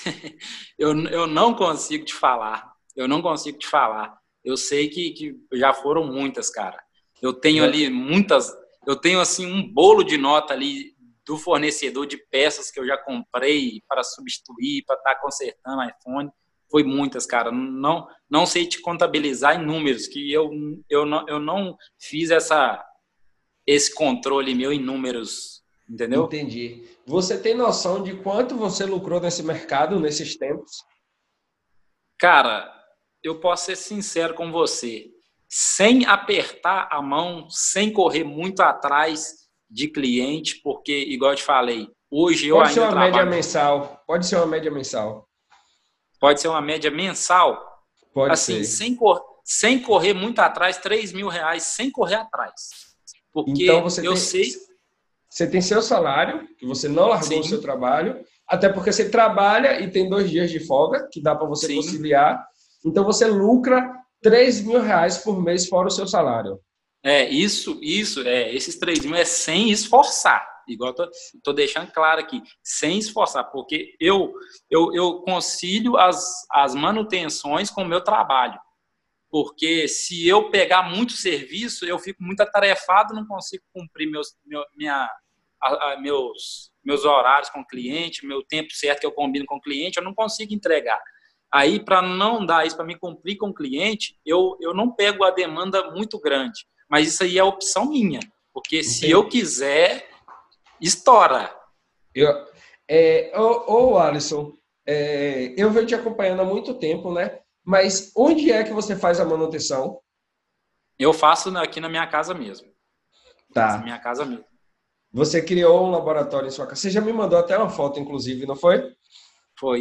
[SPEAKER 2] eu, eu não consigo te falar. Eu não consigo te falar. Eu sei que, que já foram muitas, cara. Eu tenho ali muitas. Eu tenho assim um bolo de nota ali do fornecedor de peças que eu já comprei para substituir, para estar consertando iPhone. foi muitas, cara. Não, não sei te contabilizar em números, que eu, eu, não, eu não fiz essa, esse controle meu em números, entendeu?
[SPEAKER 1] Entendi. Você tem noção de quanto você lucrou nesse mercado, nesses tempos?
[SPEAKER 2] Cara, eu posso ser sincero com você, sem apertar a mão, sem correr muito atrás de cliente, porque, igual eu te falei, hoje eu
[SPEAKER 1] Pode ser
[SPEAKER 2] ainda
[SPEAKER 1] uma média
[SPEAKER 2] trabalho,
[SPEAKER 1] mensal. Pode ser uma média mensal.
[SPEAKER 2] pode ser uma média mensal,
[SPEAKER 1] Pode
[SPEAKER 2] assim,
[SPEAKER 1] ser.
[SPEAKER 2] sem, cor, sem correr muito atrás, três mil reais, sem correr atrás.
[SPEAKER 1] Então
[SPEAKER 2] Porque
[SPEAKER 1] você
[SPEAKER 2] eu
[SPEAKER 1] tem,
[SPEAKER 2] sei,
[SPEAKER 1] você tem seu salário, que você não largou o seu
[SPEAKER 2] sim,
[SPEAKER 1] trabalho, até porque você trabalha e tem dois dias de folga, que dá para você
[SPEAKER 2] sim,
[SPEAKER 1] conciliar. Então você lucra três mil reais por mês fora o seu salário.
[SPEAKER 2] é isso, isso, é, esses três mil é sem esforçar, igual eu tô, tô deixando claro aqui, sem esforçar, porque eu, eu, eu concilio as, as manutenções com o meu trabalho. Porque se eu pegar muito serviço, eu fico muito atarefado, não consigo cumprir meus, meu, minha, a, a, meus, meus horários com o cliente, meu tempo certo que eu combino com o cliente, eu não consigo entregar. Aí, para não dar isso, para me cumprir com o cliente, eu, eu não pego a demanda muito grande. Mas isso aí é opção minha. Porque se eu
[SPEAKER 1] Entendi.
[SPEAKER 2] quiser, estoura.
[SPEAKER 1] Eu, é, ô, ô, Alisson, é, eu venho te acompanhando há muito tempo, né? Mas onde é que você faz a manutenção?
[SPEAKER 2] Eu faço aqui na minha casa mesmo. Faço na
[SPEAKER 1] Tá.
[SPEAKER 2] minha casa mesmo.
[SPEAKER 1] Você criou um laboratório em sua casa. Você já me mandou até uma foto, inclusive, não foi?
[SPEAKER 2] Foi.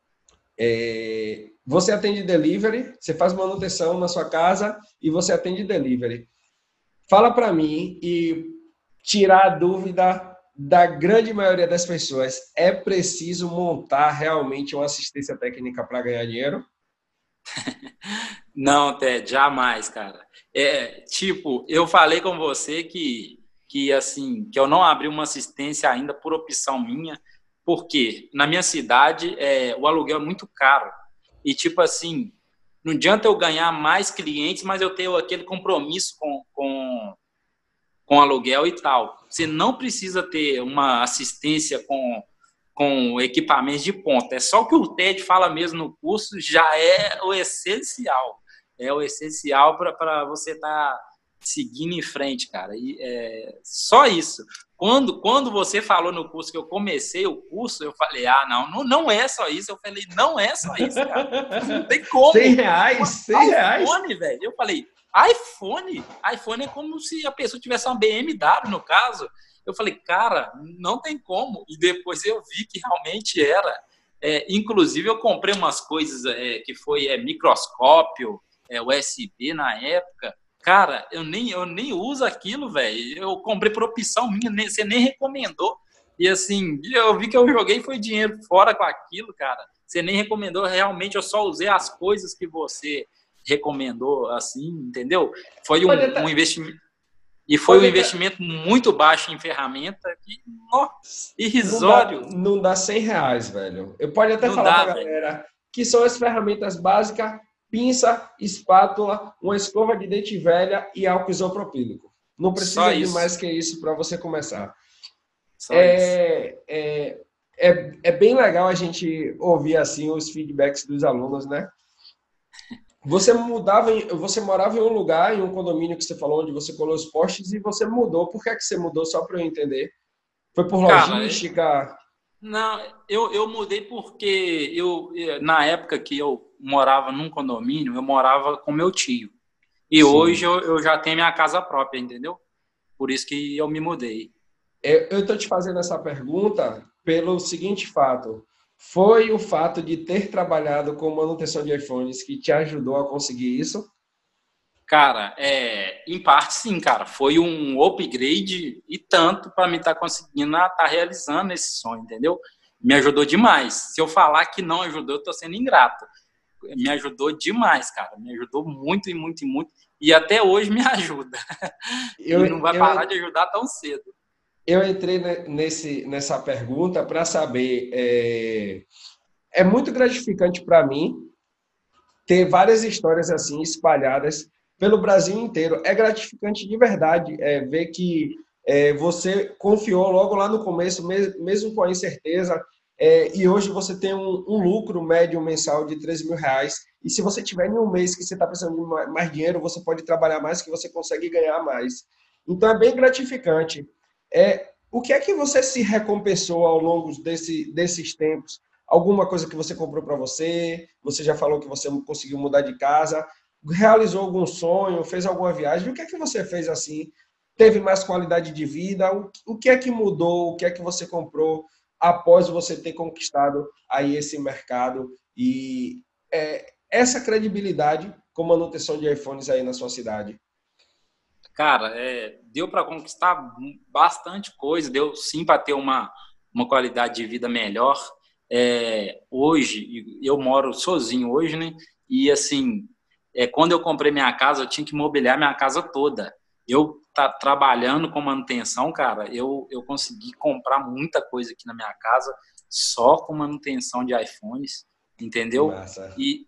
[SPEAKER 1] É, você atende delivery, você faz manutenção na sua casa e você atende delivery. Fala para mim e tirar a dúvida da grande maioria das pessoas. É preciso montar realmente uma assistência técnica para ganhar dinheiro?
[SPEAKER 2] Não, Ted, jamais, cara. É, tipo, eu falei com você que, que assim, que eu não abri uma assistência ainda por opção minha, porque na minha cidade é, o aluguel é muito caro. E tipo assim, não adianta eu ganhar mais clientes, mas eu tenho aquele compromisso com, com, com aluguel e tal. Você não precisa ter uma assistência com, com equipamentos de ponta. É só o que o Ted fala mesmo no curso, já é o essencial. É o essencial para você estar tá seguindo em frente, cara. E é só isso. Quando, quando você falou no curso que eu comecei o curso, eu falei, ah, não, não, não é só isso. Eu falei, não é só isso, cara. Não tem
[SPEAKER 1] cem
[SPEAKER 2] como.
[SPEAKER 1] reais? cem reais?
[SPEAKER 2] iPhone, velho. Eu falei, iPhone? iPhone é como se a pessoa tivesse uma B M W, no caso. Eu falei, cara, não tem como. E depois eu vi que realmente era. É, inclusive, eu comprei umas coisas é, que foi é, microscópio, é, U S B na época. Cara, eu nem, eu nem uso aquilo, velho. Eu comprei por opção minha, nem, você nem recomendou. E assim, eu vi que eu joguei foi dinheiro fora com aquilo, cara. Você nem recomendou, realmente eu só usei as coisas que você recomendou, assim, entendeu? Foi
[SPEAKER 1] Pode
[SPEAKER 2] um, um
[SPEAKER 1] até,
[SPEAKER 2] investimento. E foi um
[SPEAKER 1] pode até,
[SPEAKER 2] investimento muito baixo em ferramenta, que, ó,
[SPEAKER 1] não dá,
[SPEAKER 2] irrisório.
[SPEAKER 1] não dá cem reais, velho. Eu pode até
[SPEAKER 2] Não
[SPEAKER 1] falar
[SPEAKER 2] dá,
[SPEAKER 1] para a
[SPEAKER 2] velho.
[SPEAKER 1] galera que são as ferramentas básicas, pinça, espátula, uma escova de dente velha e álcool isopropílico. Não
[SPEAKER 2] Só
[SPEAKER 1] precisa de
[SPEAKER 2] isso.
[SPEAKER 1] mais que isso para você começar.
[SPEAKER 2] Só isso.
[SPEAKER 1] É, é, é, é bem legal a gente ouvir assim os feedbacks dos alunos, né? Você mudava, em, você morava em um lugar, em um condomínio que você falou, onde você colou os postes e você mudou. Por que é que você mudou? Só para eu entender. Foi por
[SPEAKER 2] Cara,
[SPEAKER 1] logística?
[SPEAKER 2] não, eu, eu mudei porque eu, na época que eu morava num condomínio, eu morava com meu tio. E hoje
[SPEAKER 1] Sim.
[SPEAKER 2] eu, eu já tenho minha casa própria, entendeu? Por isso que eu me mudei.
[SPEAKER 1] Eu estou te fazendo essa pergunta pelo seguinte fato. Foi o fato de ter trabalhado com manutenção de iPhones que te ajudou a conseguir isso?
[SPEAKER 2] Cara, é, em parte sim, cara. Foi um upgrade e tanto para mim estar tá conseguindo estar tá realizando esse sonho, entendeu? Me ajudou demais. Se eu falar que não ajudou, eu tô sendo ingrato. Me ajudou demais, cara. Me ajudou muito e muito e muito. E até hoje me ajuda.
[SPEAKER 1] Eu,
[SPEAKER 2] E não vai
[SPEAKER 1] eu,
[SPEAKER 2] parar de ajudar tão cedo.
[SPEAKER 1] eu entrei nesse, nessa pergunta para saber. É, é muito gratificante para mim ter várias histórias assim espalhadas pelo Brasil inteiro. É gratificante de verdade é, ver que é, você confiou logo lá no começo, mesmo com a incerteza, é, e hoje você tem um, um lucro médio mensal de treze mil reais, e se você tiver em um mês que você está precisando de mais, mais dinheiro, você pode trabalhar mais que você consegue ganhar mais. Então é bem gratificante. É, o que é que você se recompensou ao longo desse, desses tempos? Alguma coisa que você comprou para você? Você já falou que você conseguiu mudar de casa, realizou algum sonho, fez alguma viagem? O que é que você fez assim? Teve mais qualidade de vida? O, o que é que mudou? O que é que você comprou após você ter conquistado aí esse mercado e é, essa credibilidade com manutenção de iPhones aí na sua cidade?
[SPEAKER 2] Cara, é, deu para conquistar bastante coisa, deu sim para ter uma, uma qualidade de vida melhor. É, hoje, eu moro sozinho hoje, né? E assim, é, quando eu comprei minha casa, eu tinha que mobiliar minha casa toda. Eu tá trabalhando com manutenção, cara, eu, eu consegui comprar muita coisa aqui na minha casa só com manutenção de iPhones,
[SPEAKER 1] Que
[SPEAKER 2] entendeu?
[SPEAKER 1] massa.
[SPEAKER 2] E,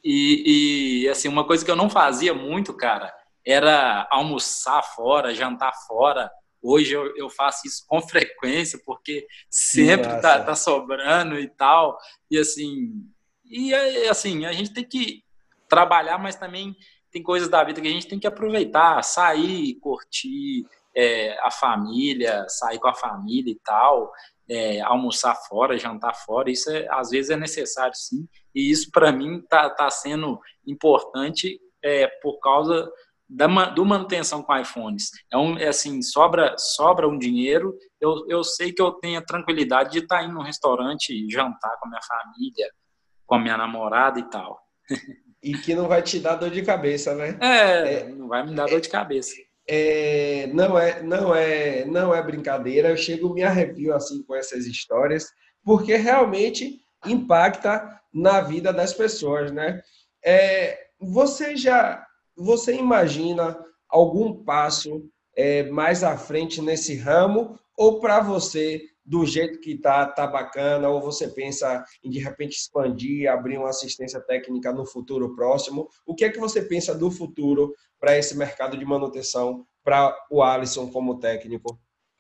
[SPEAKER 2] e, e assim, uma coisa que eu não fazia muito, cara, era almoçar fora, jantar fora. Hoje eu, eu faço isso com frequência, porque
[SPEAKER 1] Que
[SPEAKER 2] sempre tá,
[SPEAKER 1] massa.
[SPEAKER 2] tá sobrando e tal. E assim, e assim, a gente tem que trabalhar, mas também tem coisas da vida que a gente tem que aproveitar, sair, curtir é, a família, sair com a família e tal, é, almoçar fora, jantar fora. Isso é, às vezes é necessário, sim. E isso para mim tá, tá sendo importante é, por causa da, do manutenção com iPhones. É, um, é assim, sobra, sobra um dinheiro, eu, eu sei que eu tenho a tranquilidade de estar indo num restaurante, jantar com a minha família, com a minha namorada e tal.
[SPEAKER 1] E que não vai te dar dor de cabeça, né?
[SPEAKER 2] É,
[SPEAKER 1] É,
[SPEAKER 2] não vai me dar dor de cabeça.
[SPEAKER 1] é, não é, não é, não é brincadeira. Eu chego me arrepio assim com essas histórias, porque realmente impacta na vida das pessoas, né? É, você já, você imagina algum passo é, mais à frente nesse ramo, ou para você do jeito que tá, tá bacana, ou você pensa em de repente expandir, abrir uma assistência técnica no futuro próximo? O que é que você pensa do futuro para esse mercado de manutenção, para o Alisson como técnico?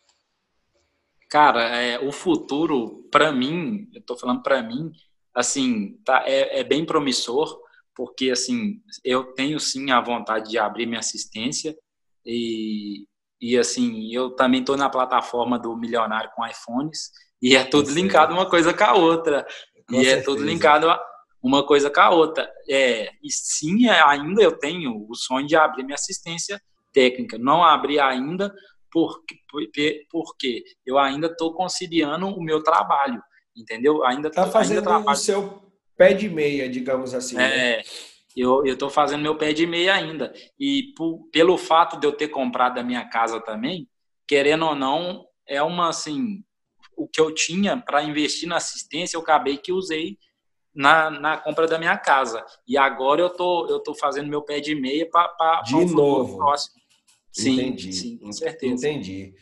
[SPEAKER 2] Cara, é, o futuro, para mim, eu tô falando para mim, assim, tá, é, é bem promissor, porque, assim, eu tenho, sim, a vontade de abrir minha assistência e, e assim, eu também tô na plataforma do Milionário com iPhones e é
[SPEAKER 1] Eu
[SPEAKER 2] tudo linkado
[SPEAKER 1] sei,
[SPEAKER 2] uma coisa com a outra.
[SPEAKER 1] com
[SPEAKER 2] E é tudo
[SPEAKER 1] certeza.
[SPEAKER 2] linkado uma coisa com a outra. É, e sim, ainda eu tenho o sonho de abrir minha assistência técnica. Não abri ainda, porque, porque, porque eu ainda estou conciliando o meu trabalho, entendeu? Ainda,
[SPEAKER 1] Tá
[SPEAKER 2] ainda
[SPEAKER 1] fazendo o
[SPEAKER 2] trabalho.
[SPEAKER 1] seu pé de meia, digamos assim, né?
[SPEAKER 2] É, eu estou fazendo meu pé de meia ainda. E por, pelo fato de eu ter comprado a minha casa também, querendo ou não, é uma assim, o que eu tinha para investir na assistência, eu acabei que usei na, na compra da minha casa. E agora eu tô, eu tô fazendo meu pé de meia para
[SPEAKER 1] De
[SPEAKER 2] um futuro
[SPEAKER 1] novo.
[SPEAKER 2] próximo. Sim,
[SPEAKER 1] Entendi,
[SPEAKER 2] sim, com certeza.
[SPEAKER 1] entendi.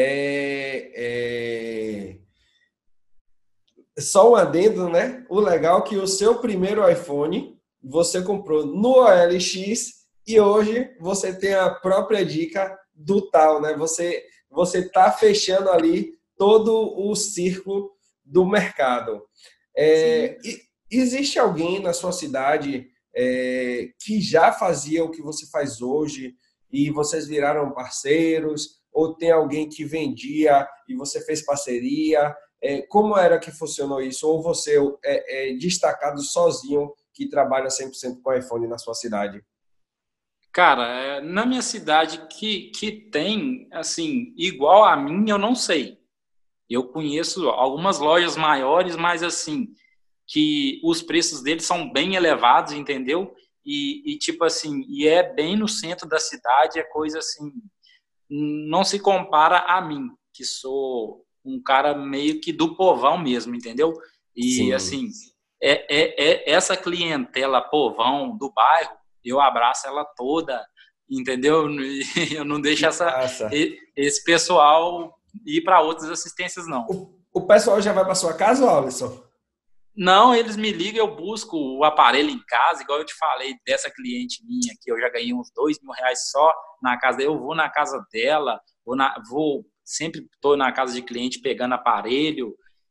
[SPEAKER 1] É, é... Só um adendo, né? O legal é que o seu primeiro iPhone você comprou no O L X e hoje você tem a própria dica do tal, né? Você você está fechando ali todo o círculo do mercado.
[SPEAKER 2] Sim.
[SPEAKER 1] É, existe alguém na sua cidade é, que já fazia o que você faz hoje e vocês viraram parceiros? Ou tem alguém que vendia e você fez parceria? É, como era que funcionou isso? Ou você é, é destacado sozinho que trabalha cem por cento com iPhone na sua cidade?
[SPEAKER 2] Cara, é, na minha cidade que, que tem, assim, igual a mim, eu não sei. Eu conheço algumas lojas maiores, mas assim, que os preços deles são bem elevados, entendeu? E, e tipo assim, e é bem no centro da cidade, é coisa assim, não se compara a mim, que sou um cara meio que do povão mesmo, entendeu? E
[SPEAKER 1] Sim.
[SPEAKER 2] assim, é, é, é essa clientela povão do bairro, eu abraço ela toda, entendeu? Eu não deixo
[SPEAKER 1] Que
[SPEAKER 2] essa,
[SPEAKER 1] massa.
[SPEAKER 2] esse pessoal ir para outras assistências, não.
[SPEAKER 1] O, o pessoal já vai para sua casa, Alisson?
[SPEAKER 2] Não, eles me ligam, eu busco o aparelho em casa, igual eu te falei dessa cliente minha, que eu já ganhei uns dois mil reais só na casa dela. Eu vou na casa dela, vou, na, vou sempre estou na casa de cliente pegando aparelho.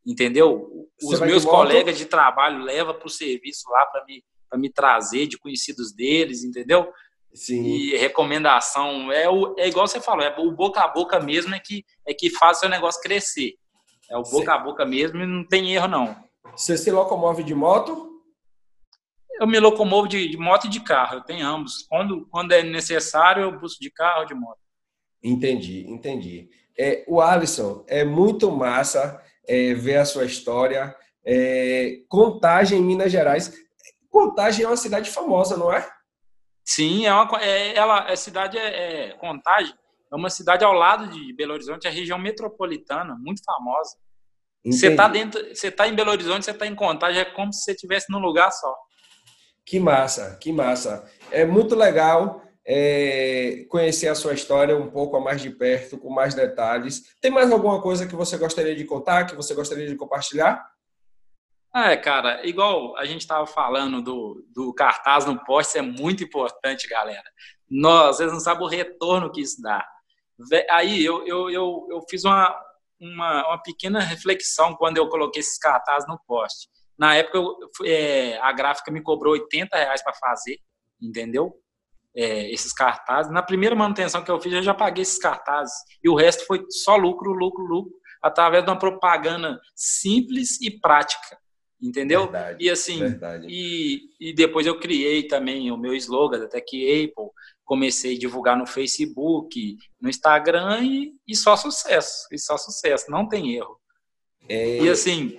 [SPEAKER 2] entendeu?
[SPEAKER 1] Você
[SPEAKER 2] Os
[SPEAKER 1] vai de
[SPEAKER 2] meus colegas
[SPEAKER 1] moto?
[SPEAKER 2] de trabalho levam para o serviço lá para me, para me trazer de conhecidos deles, entendeu?
[SPEAKER 1] Sim.
[SPEAKER 2] E recomendação, é, o, é igual você falou, é o boca a boca mesmo é que, é que faz o seu negócio crescer. É o boca a
[SPEAKER 1] Você,
[SPEAKER 2] boca mesmo e não tem erro, não.
[SPEAKER 1] você se locomove de moto?
[SPEAKER 2] Eu me locomovo de, de moto e de carro, eu tenho ambos. Quando, quando é necessário, eu busco de carro ou de moto.
[SPEAKER 1] Entendi, entendi. É, o Alisson, é muito massa é, ver a sua história. É, Contagem, Minas Gerais. Contagem é uma cidade famosa, não é?
[SPEAKER 2] Sim, é uma, é, ela, a cidade é, é Contagem, é uma cidade ao lado de Belo Horizonte, é a região metropolitana, muito famosa. Você está
[SPEAKER 1] Entendi.
[SPEAKER 2] dentro, você está em Belo Horizonte, você está em Contagem, é como se você estivesse num lugar só.
[SPEAKER 1] Que massa, que massa. É muito legal é, conhecer a sua história um pouco a mais de perto, com mais detalhes. Tem mais alguma coisa que você gostaria de contar, que você gostaria de compartilhar?
[SPEAKER 2] É, cara, igual a gente estava falando do, do cartaz no poste, isso é muito importante, galera. Nós, vocês não sabem o retorno que isso dá. Aí eu, eu, eu, eu fiz uma, uma, uma pequena reflexão quando eu coloquei esses cartazes no poste. Na época, eu, é, a gráfica me cobrou oitenta reais para fazer, entendeu? É, esses cartazes. Na primeira manutenção que eu fiz, eu já paguei esses cartazes. E o resto foi só lucro, lucro, lucro, através de uma propaganda simples e prática, entendeu?
[SPEAKER 1] Verdade,
[SPEAKER 2] E assim,
[SPEAKER 1] verdade.
[SPEAKER 2] e, e depois eu criei também o meu slogan, até que Apple, comecei a divulgar no Facebook, no Instagram e, e só sucesso, e só sucesso, não tem erro. E
[SPEAKER 1] É,
[SPEAKER 2] assim,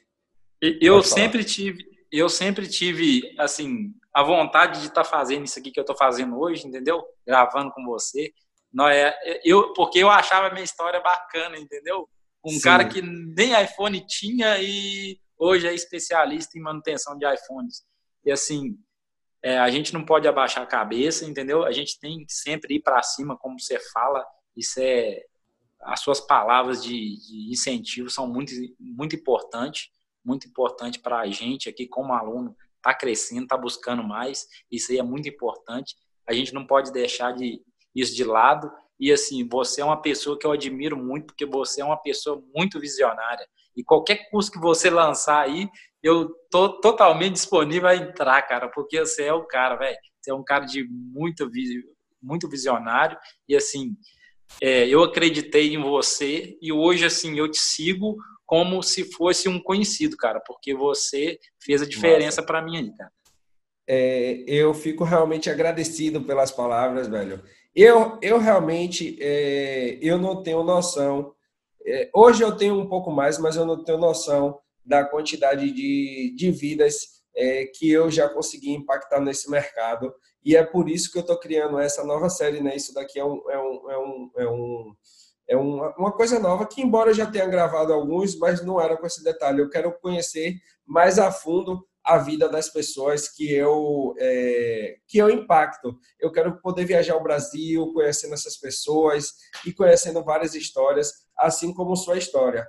[SPEAKER 2] eu
[SPEAKER 1] pode falar.
[SPEAKER 2] sempre tive, eu sempre tive, assim, a vontade de estar tá fazendo isso aqui que eu estou fazendo hoje, entendeu? Gravando com você. Não é, eu, porque eu achava a minha história bacana, entendeu? Um cara que
[SPEAKER 1] Sim,
[SPEAKER 2] nem iPhone tinha e hoje é especialista em manutenção de iPhones. E assim, é, a gente não pode abaixar a cabeça, entendeu? A gente tem que sempre ir para cima, como você fala. Isso é, as suas palavras de, de incentivo são muito, muito importantes, muito importante para a gente aqui como aluno, está crescendo, está buscando mais, isso aí é muito importante, a gente não pode deixar de, isso de lado, e assim, você é uma pessoa que eu admiro muito, porque você é uma pessoa muito visionária, e qualquer curso que você lançar aí, eu tô totalmente disponível a entrar, cara, porque você é o cara, velho, você é um cara de muito, muito visionário, e assim, é, eu acreditei em você e hoje, assim, eu te sigo como se fosse um conhecido, cara, porque você fez a diferença
[SPEAKER 1] massa.
[SPEAKER 2] para mim aí, cara.
[SPEAKER 1] É, eu fico realmente agradecido pelas palavras, velho. Eu, eu realmente, é, eu não tenho noção. É, hoje eu tenho um pouco mais, mas eu não tenho noção da quantidade de, de vidas é, que eu já consegui impactar nesse mercado. E é por isso que eu estou criando essa nova série, né? Isso daqui é um, é um, é um, é um é uma, uma coisa nova que, embora eu já tenha gravado alguns, mas não era com esse detalhe. Eu quero conhecer mais a fundo a vida das pessoas que eu é, que eu impacto. Eu quero poder viajar ao Brasil, conhecendo essas pessoas e conhecendo várias histórias, assim como sua história.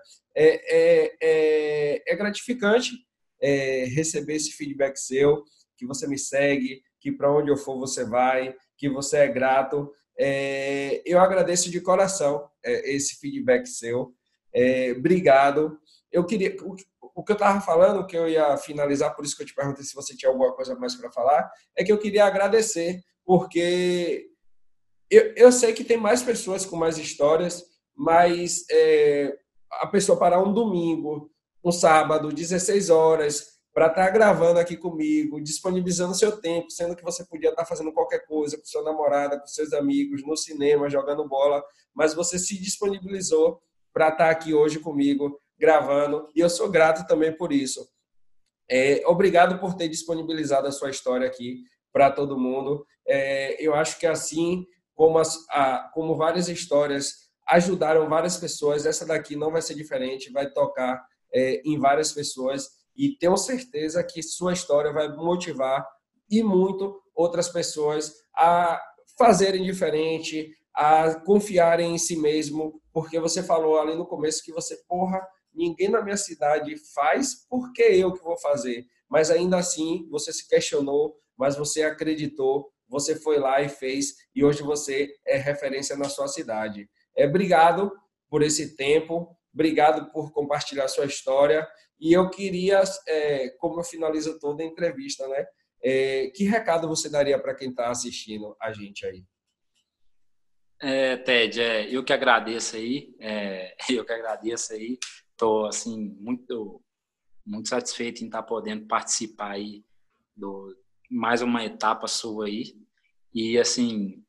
[SPEAKER 1] É, é, é, é gratificante é, receber esse feedback seu, que você me segue, que para onde eu for você vai, que você é grato. É, eu agradeço de coração é, esse feedback seu. É, obrigado. Eu queria, o, o que eu estava falando, que eu ia finalizar, por isso que eu te perguntei se você tinha alguma coisa mais para falar, é que eu queria agradecer, porque eu, eu sei que tem mais pessoas com mais histórias, mas é, a pessoa parar um domingo, um sábado, dezesseis horas, para estar tá gravando aqui comigo, disponibilizando seu tempo, sendo que você podia estar tá fazendo qualquer coisa com sua namorada, com seus amigos, no cinema, jogando bola, mas você se disponibilizou para estar tá aqui hoje comigo, gravando, e eu sou grato também por isso. É, obrigado por ter disponibilizado a sua história aqui para todo mundo. É, eu acho que assim como, as, a, como várias histórias ajudaram várias pessoas, essa daqui não vai ser diferente, vai tocar é, em várias pessoas e tenho certeza que sua história vai motivar e muito outras pessoas a fazerem diferente, a confiarem em si mesmo, porque você falou ali no começo que você, porra, ninguém na minha cidade faz, por que eu que vou fazer? Mas ainda assim, você se questionou, mas você acreditou, você foi lá e fez, e hoje você é referência na sua cidade. É, obrigado por esse tempo, Obrigado por compartilhar sua história. E eu queria, é, como eu finalizo toda a entrevista, né? É, que recado você daria para quem está assistindo a gente aí?
[SPEAKER 2] É, Ted, é, eu que agradeço aí, é, eu que agradeço aí. Estou assim muito, muito satisfeito em estar podendo participar aí do mais uma etapa sua aí. E assim,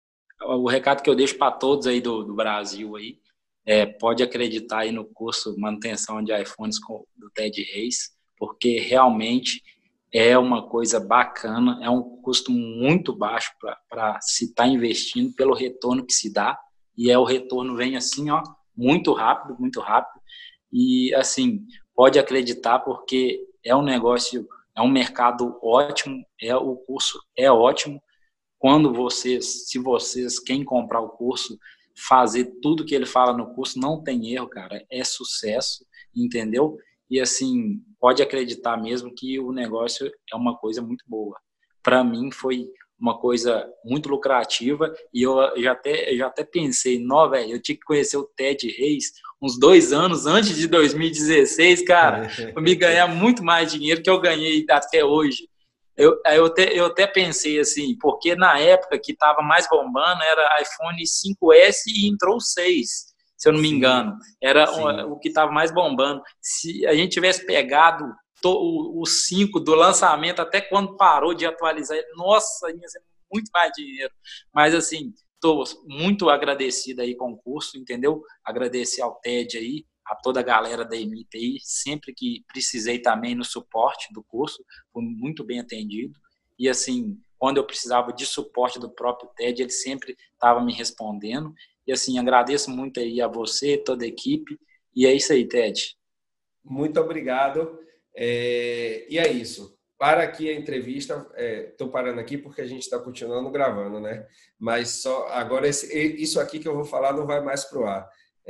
[SPEAKER 2] o recado que eu deixo para todos aí do, do Brasil aí é, pode acreditar aí no curso Manutenção de iPhones com, do Ted Reis, porque realmente é uma coisa bacana, é um custo muito baixo para se estar tá investindo pelo retorno que se dá, e é o retorno vem assim, ó, muito rápido, muito rápido, e assim, pode acreditar porque é um negócio, é um mercado ótimo, é o curso é ótimo. Quando vocês, se vocês, quem comprar o curso, fazer tudo que ele fala no curso, não tem erro, cara, é sucesso, entendeu? E assim, pode acreditar mesmo que o negócio é uma coisa muito boa. Para mim foi uma coisa muito lucrativa e eu já até, eu já até pensei, não, velho, eu tinha que conhecer o Ted Reis uns dois anos antes de dois mil e dezesseis, cara, para me ganhar muito mais dinheiro que eu ganhei até hoje. Eu, eu, até, eu até pensei assim, porque na época que estava mais bombando era iPhone cinco S e entrou o seis, se eu não me sim, engano. Era sim. O que estava mais bombando. Se a gente tivesse pegado to, o cinco do lançamento até quando parou de atualizar, nossa, ia ser muito mais dinheiro. Mas assim, estou muito agradecido aí com o curso, entendeu? Agradecer ao Ted aí, a toda a galera da Emita aí, sempre que precisei também no suporte do curso, fui muito bem atendido. E assim, quando eu precisava de suporte do próprio Ted, ele sempre estava me respondendo. E assim, agradeço muito aí a você, toda a equipe. E é isso aí, Ted.
[SPEAKER 1] Muito obrigado. É... E é isso. Para aqui a entrevista. Estou é... parando aqui porque a gente está continuando gravando, né? Mas só agora esse... isso aqui que eu vou falar não vai mais para o ar.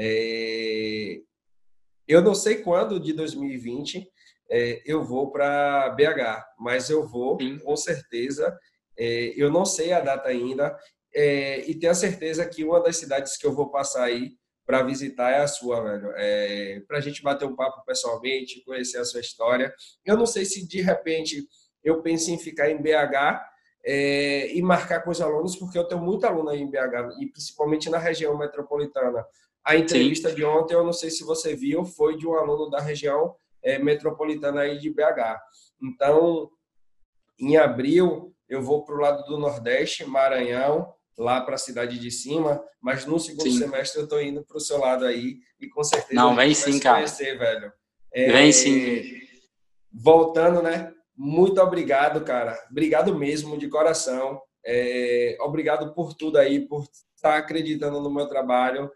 [SPEAKER 1] É... Eu não sei quando de dois mil e vinte é, eu vou para B H, mas eu vou, sim, com certeza. É, eu não sei a data ainda é, e tenho a certeza que uma das cidades que eu vou passar aí para visitar é a sua, velho. É, para a gente bater um papo pessoalmente, conhecer a sua história. Eu não sei se de repente eu penso em ficar em B H é, e marcar com os alunos, porque eu tenho muito aluno aí em B H e principalmente na região metropolitana. A entrevista, sim, de ontem, eu não sei se você viu, foi de um aluno da região é, metropolitana aí de B H. Então, em abril, eu vou para o lado do Nordeste, Maranhão, lá para a cidade de cima, mas no segundo, sim, semestre eu estou indo para o seu lado aí e com certeza
[SPEAKER 2] não,
[SPEAKER 1] a gente
[SPEAKER 2] vem
[SPEAKER 1] vai
[SPEAKER 2] sim,
[SPEAKER 1] se
[SPEAKER 2] cara.
[SPEAKER 1] conhecer, velho. É,
[SPEAKER 2] vem sim.
[SPEAKER 1] Voltando, né? Muito obrigado, cara. Obrigado mesmo, de coração. É, obrigado por tudo aí, por estar acreditando no meu trabalho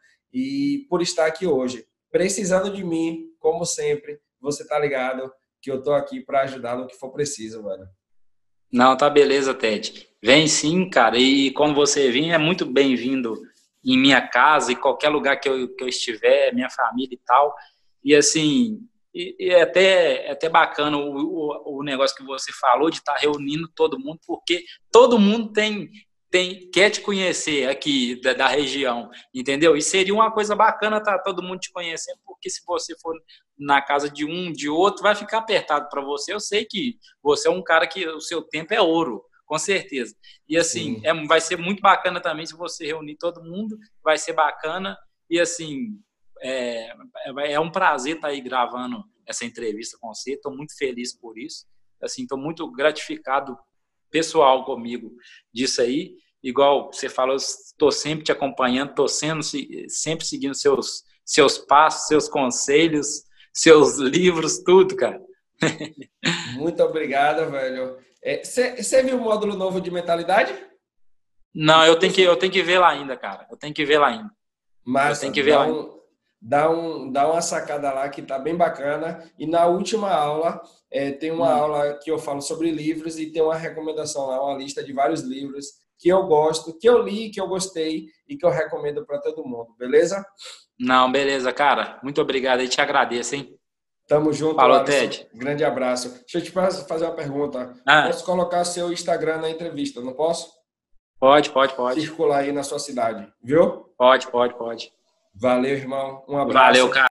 [SPEAKER 1] e por estar aqui hoje. Precisando de mim, como sempre, você tá ligado que eu tô aqui para ajudar no que for preciso, velho.
[SPEAKER 2] Não, tá beleza, Ted. Vem sim, cara. E como você vir, é muito bem-vindo em minha casa, em qualquer lugar que eu, que eu estiver, minha família e tal. E assim, e, e é, até, é até bacana o, o, o negócio que você falou de estar tá reunindo todo mundo, porque todo mundo tem, tem quer te conhecer aqui da, da região, entendeu? E seria uma coisa bacana estar tá todo mundo te conhecendo, porque se você for na casa de um, de outro, vai ficar apertado para você. Eu sei que você é um cara que o seu tempo é ouro, com certeza. E assim, é, vai ser muito bacana também se você reunir todo mundo, vai ser bacana. E assim, é, é um prazer estar aí gravando essa entrevista com você. Estou muito feliz por isso. Assim, estou muito gratificado pessoal comigo disso aí. Igual você falou, estou sempre te acompanhando, estou sempre seguindo seus, seus passos, seus conselhos, seus livros, tudo, cara.
[SPEAKER 1] Muito obrigado, velho. Você é, viu o módulo novo de mentalidade?
[SPEAKER 2] Não, eu tenho que, eu tenho que ver lá ainda, cara. Eu tenho que ver lá ainda.
[SPEAKER 1] Massa, eu tenho que ver dá, lá um, dá, um, dá uma sacada lá que tá bem bacana. E na última aula, é, tem uma hum. aula que eu falo sobre livros e tem uma recomendação lá, uma lista de vários livros que eu gosto, que eu li, que eu gostei e que eu recomendo para todo mundo, beleza?
[SPEAKER 2] Não, beleza, cara. Muito obrigado. Eu te agradeço, hein?
[SPEAKER 1] Tamo junto,
[SPEAKER 2] Falou,
[SPEAKER 1] Alisson.
[SPEAKER 2] Ted.
[SPEAKER 1] Grande abraço. Deixa eu te fazer uma pergunta. Ah. Posso colocar seu Instagram na entrevista, não posso?
[SPEAKER 2] Pode, pode, pode.
[SPEAKER 1] Circular aí na sua cidade, viu?
[SPEAKER 2] Pode, pode, pode.
[SPEAKER 1] Valeu, irmão. Um abraço.
[SPEAKER 2] Valeu, cara.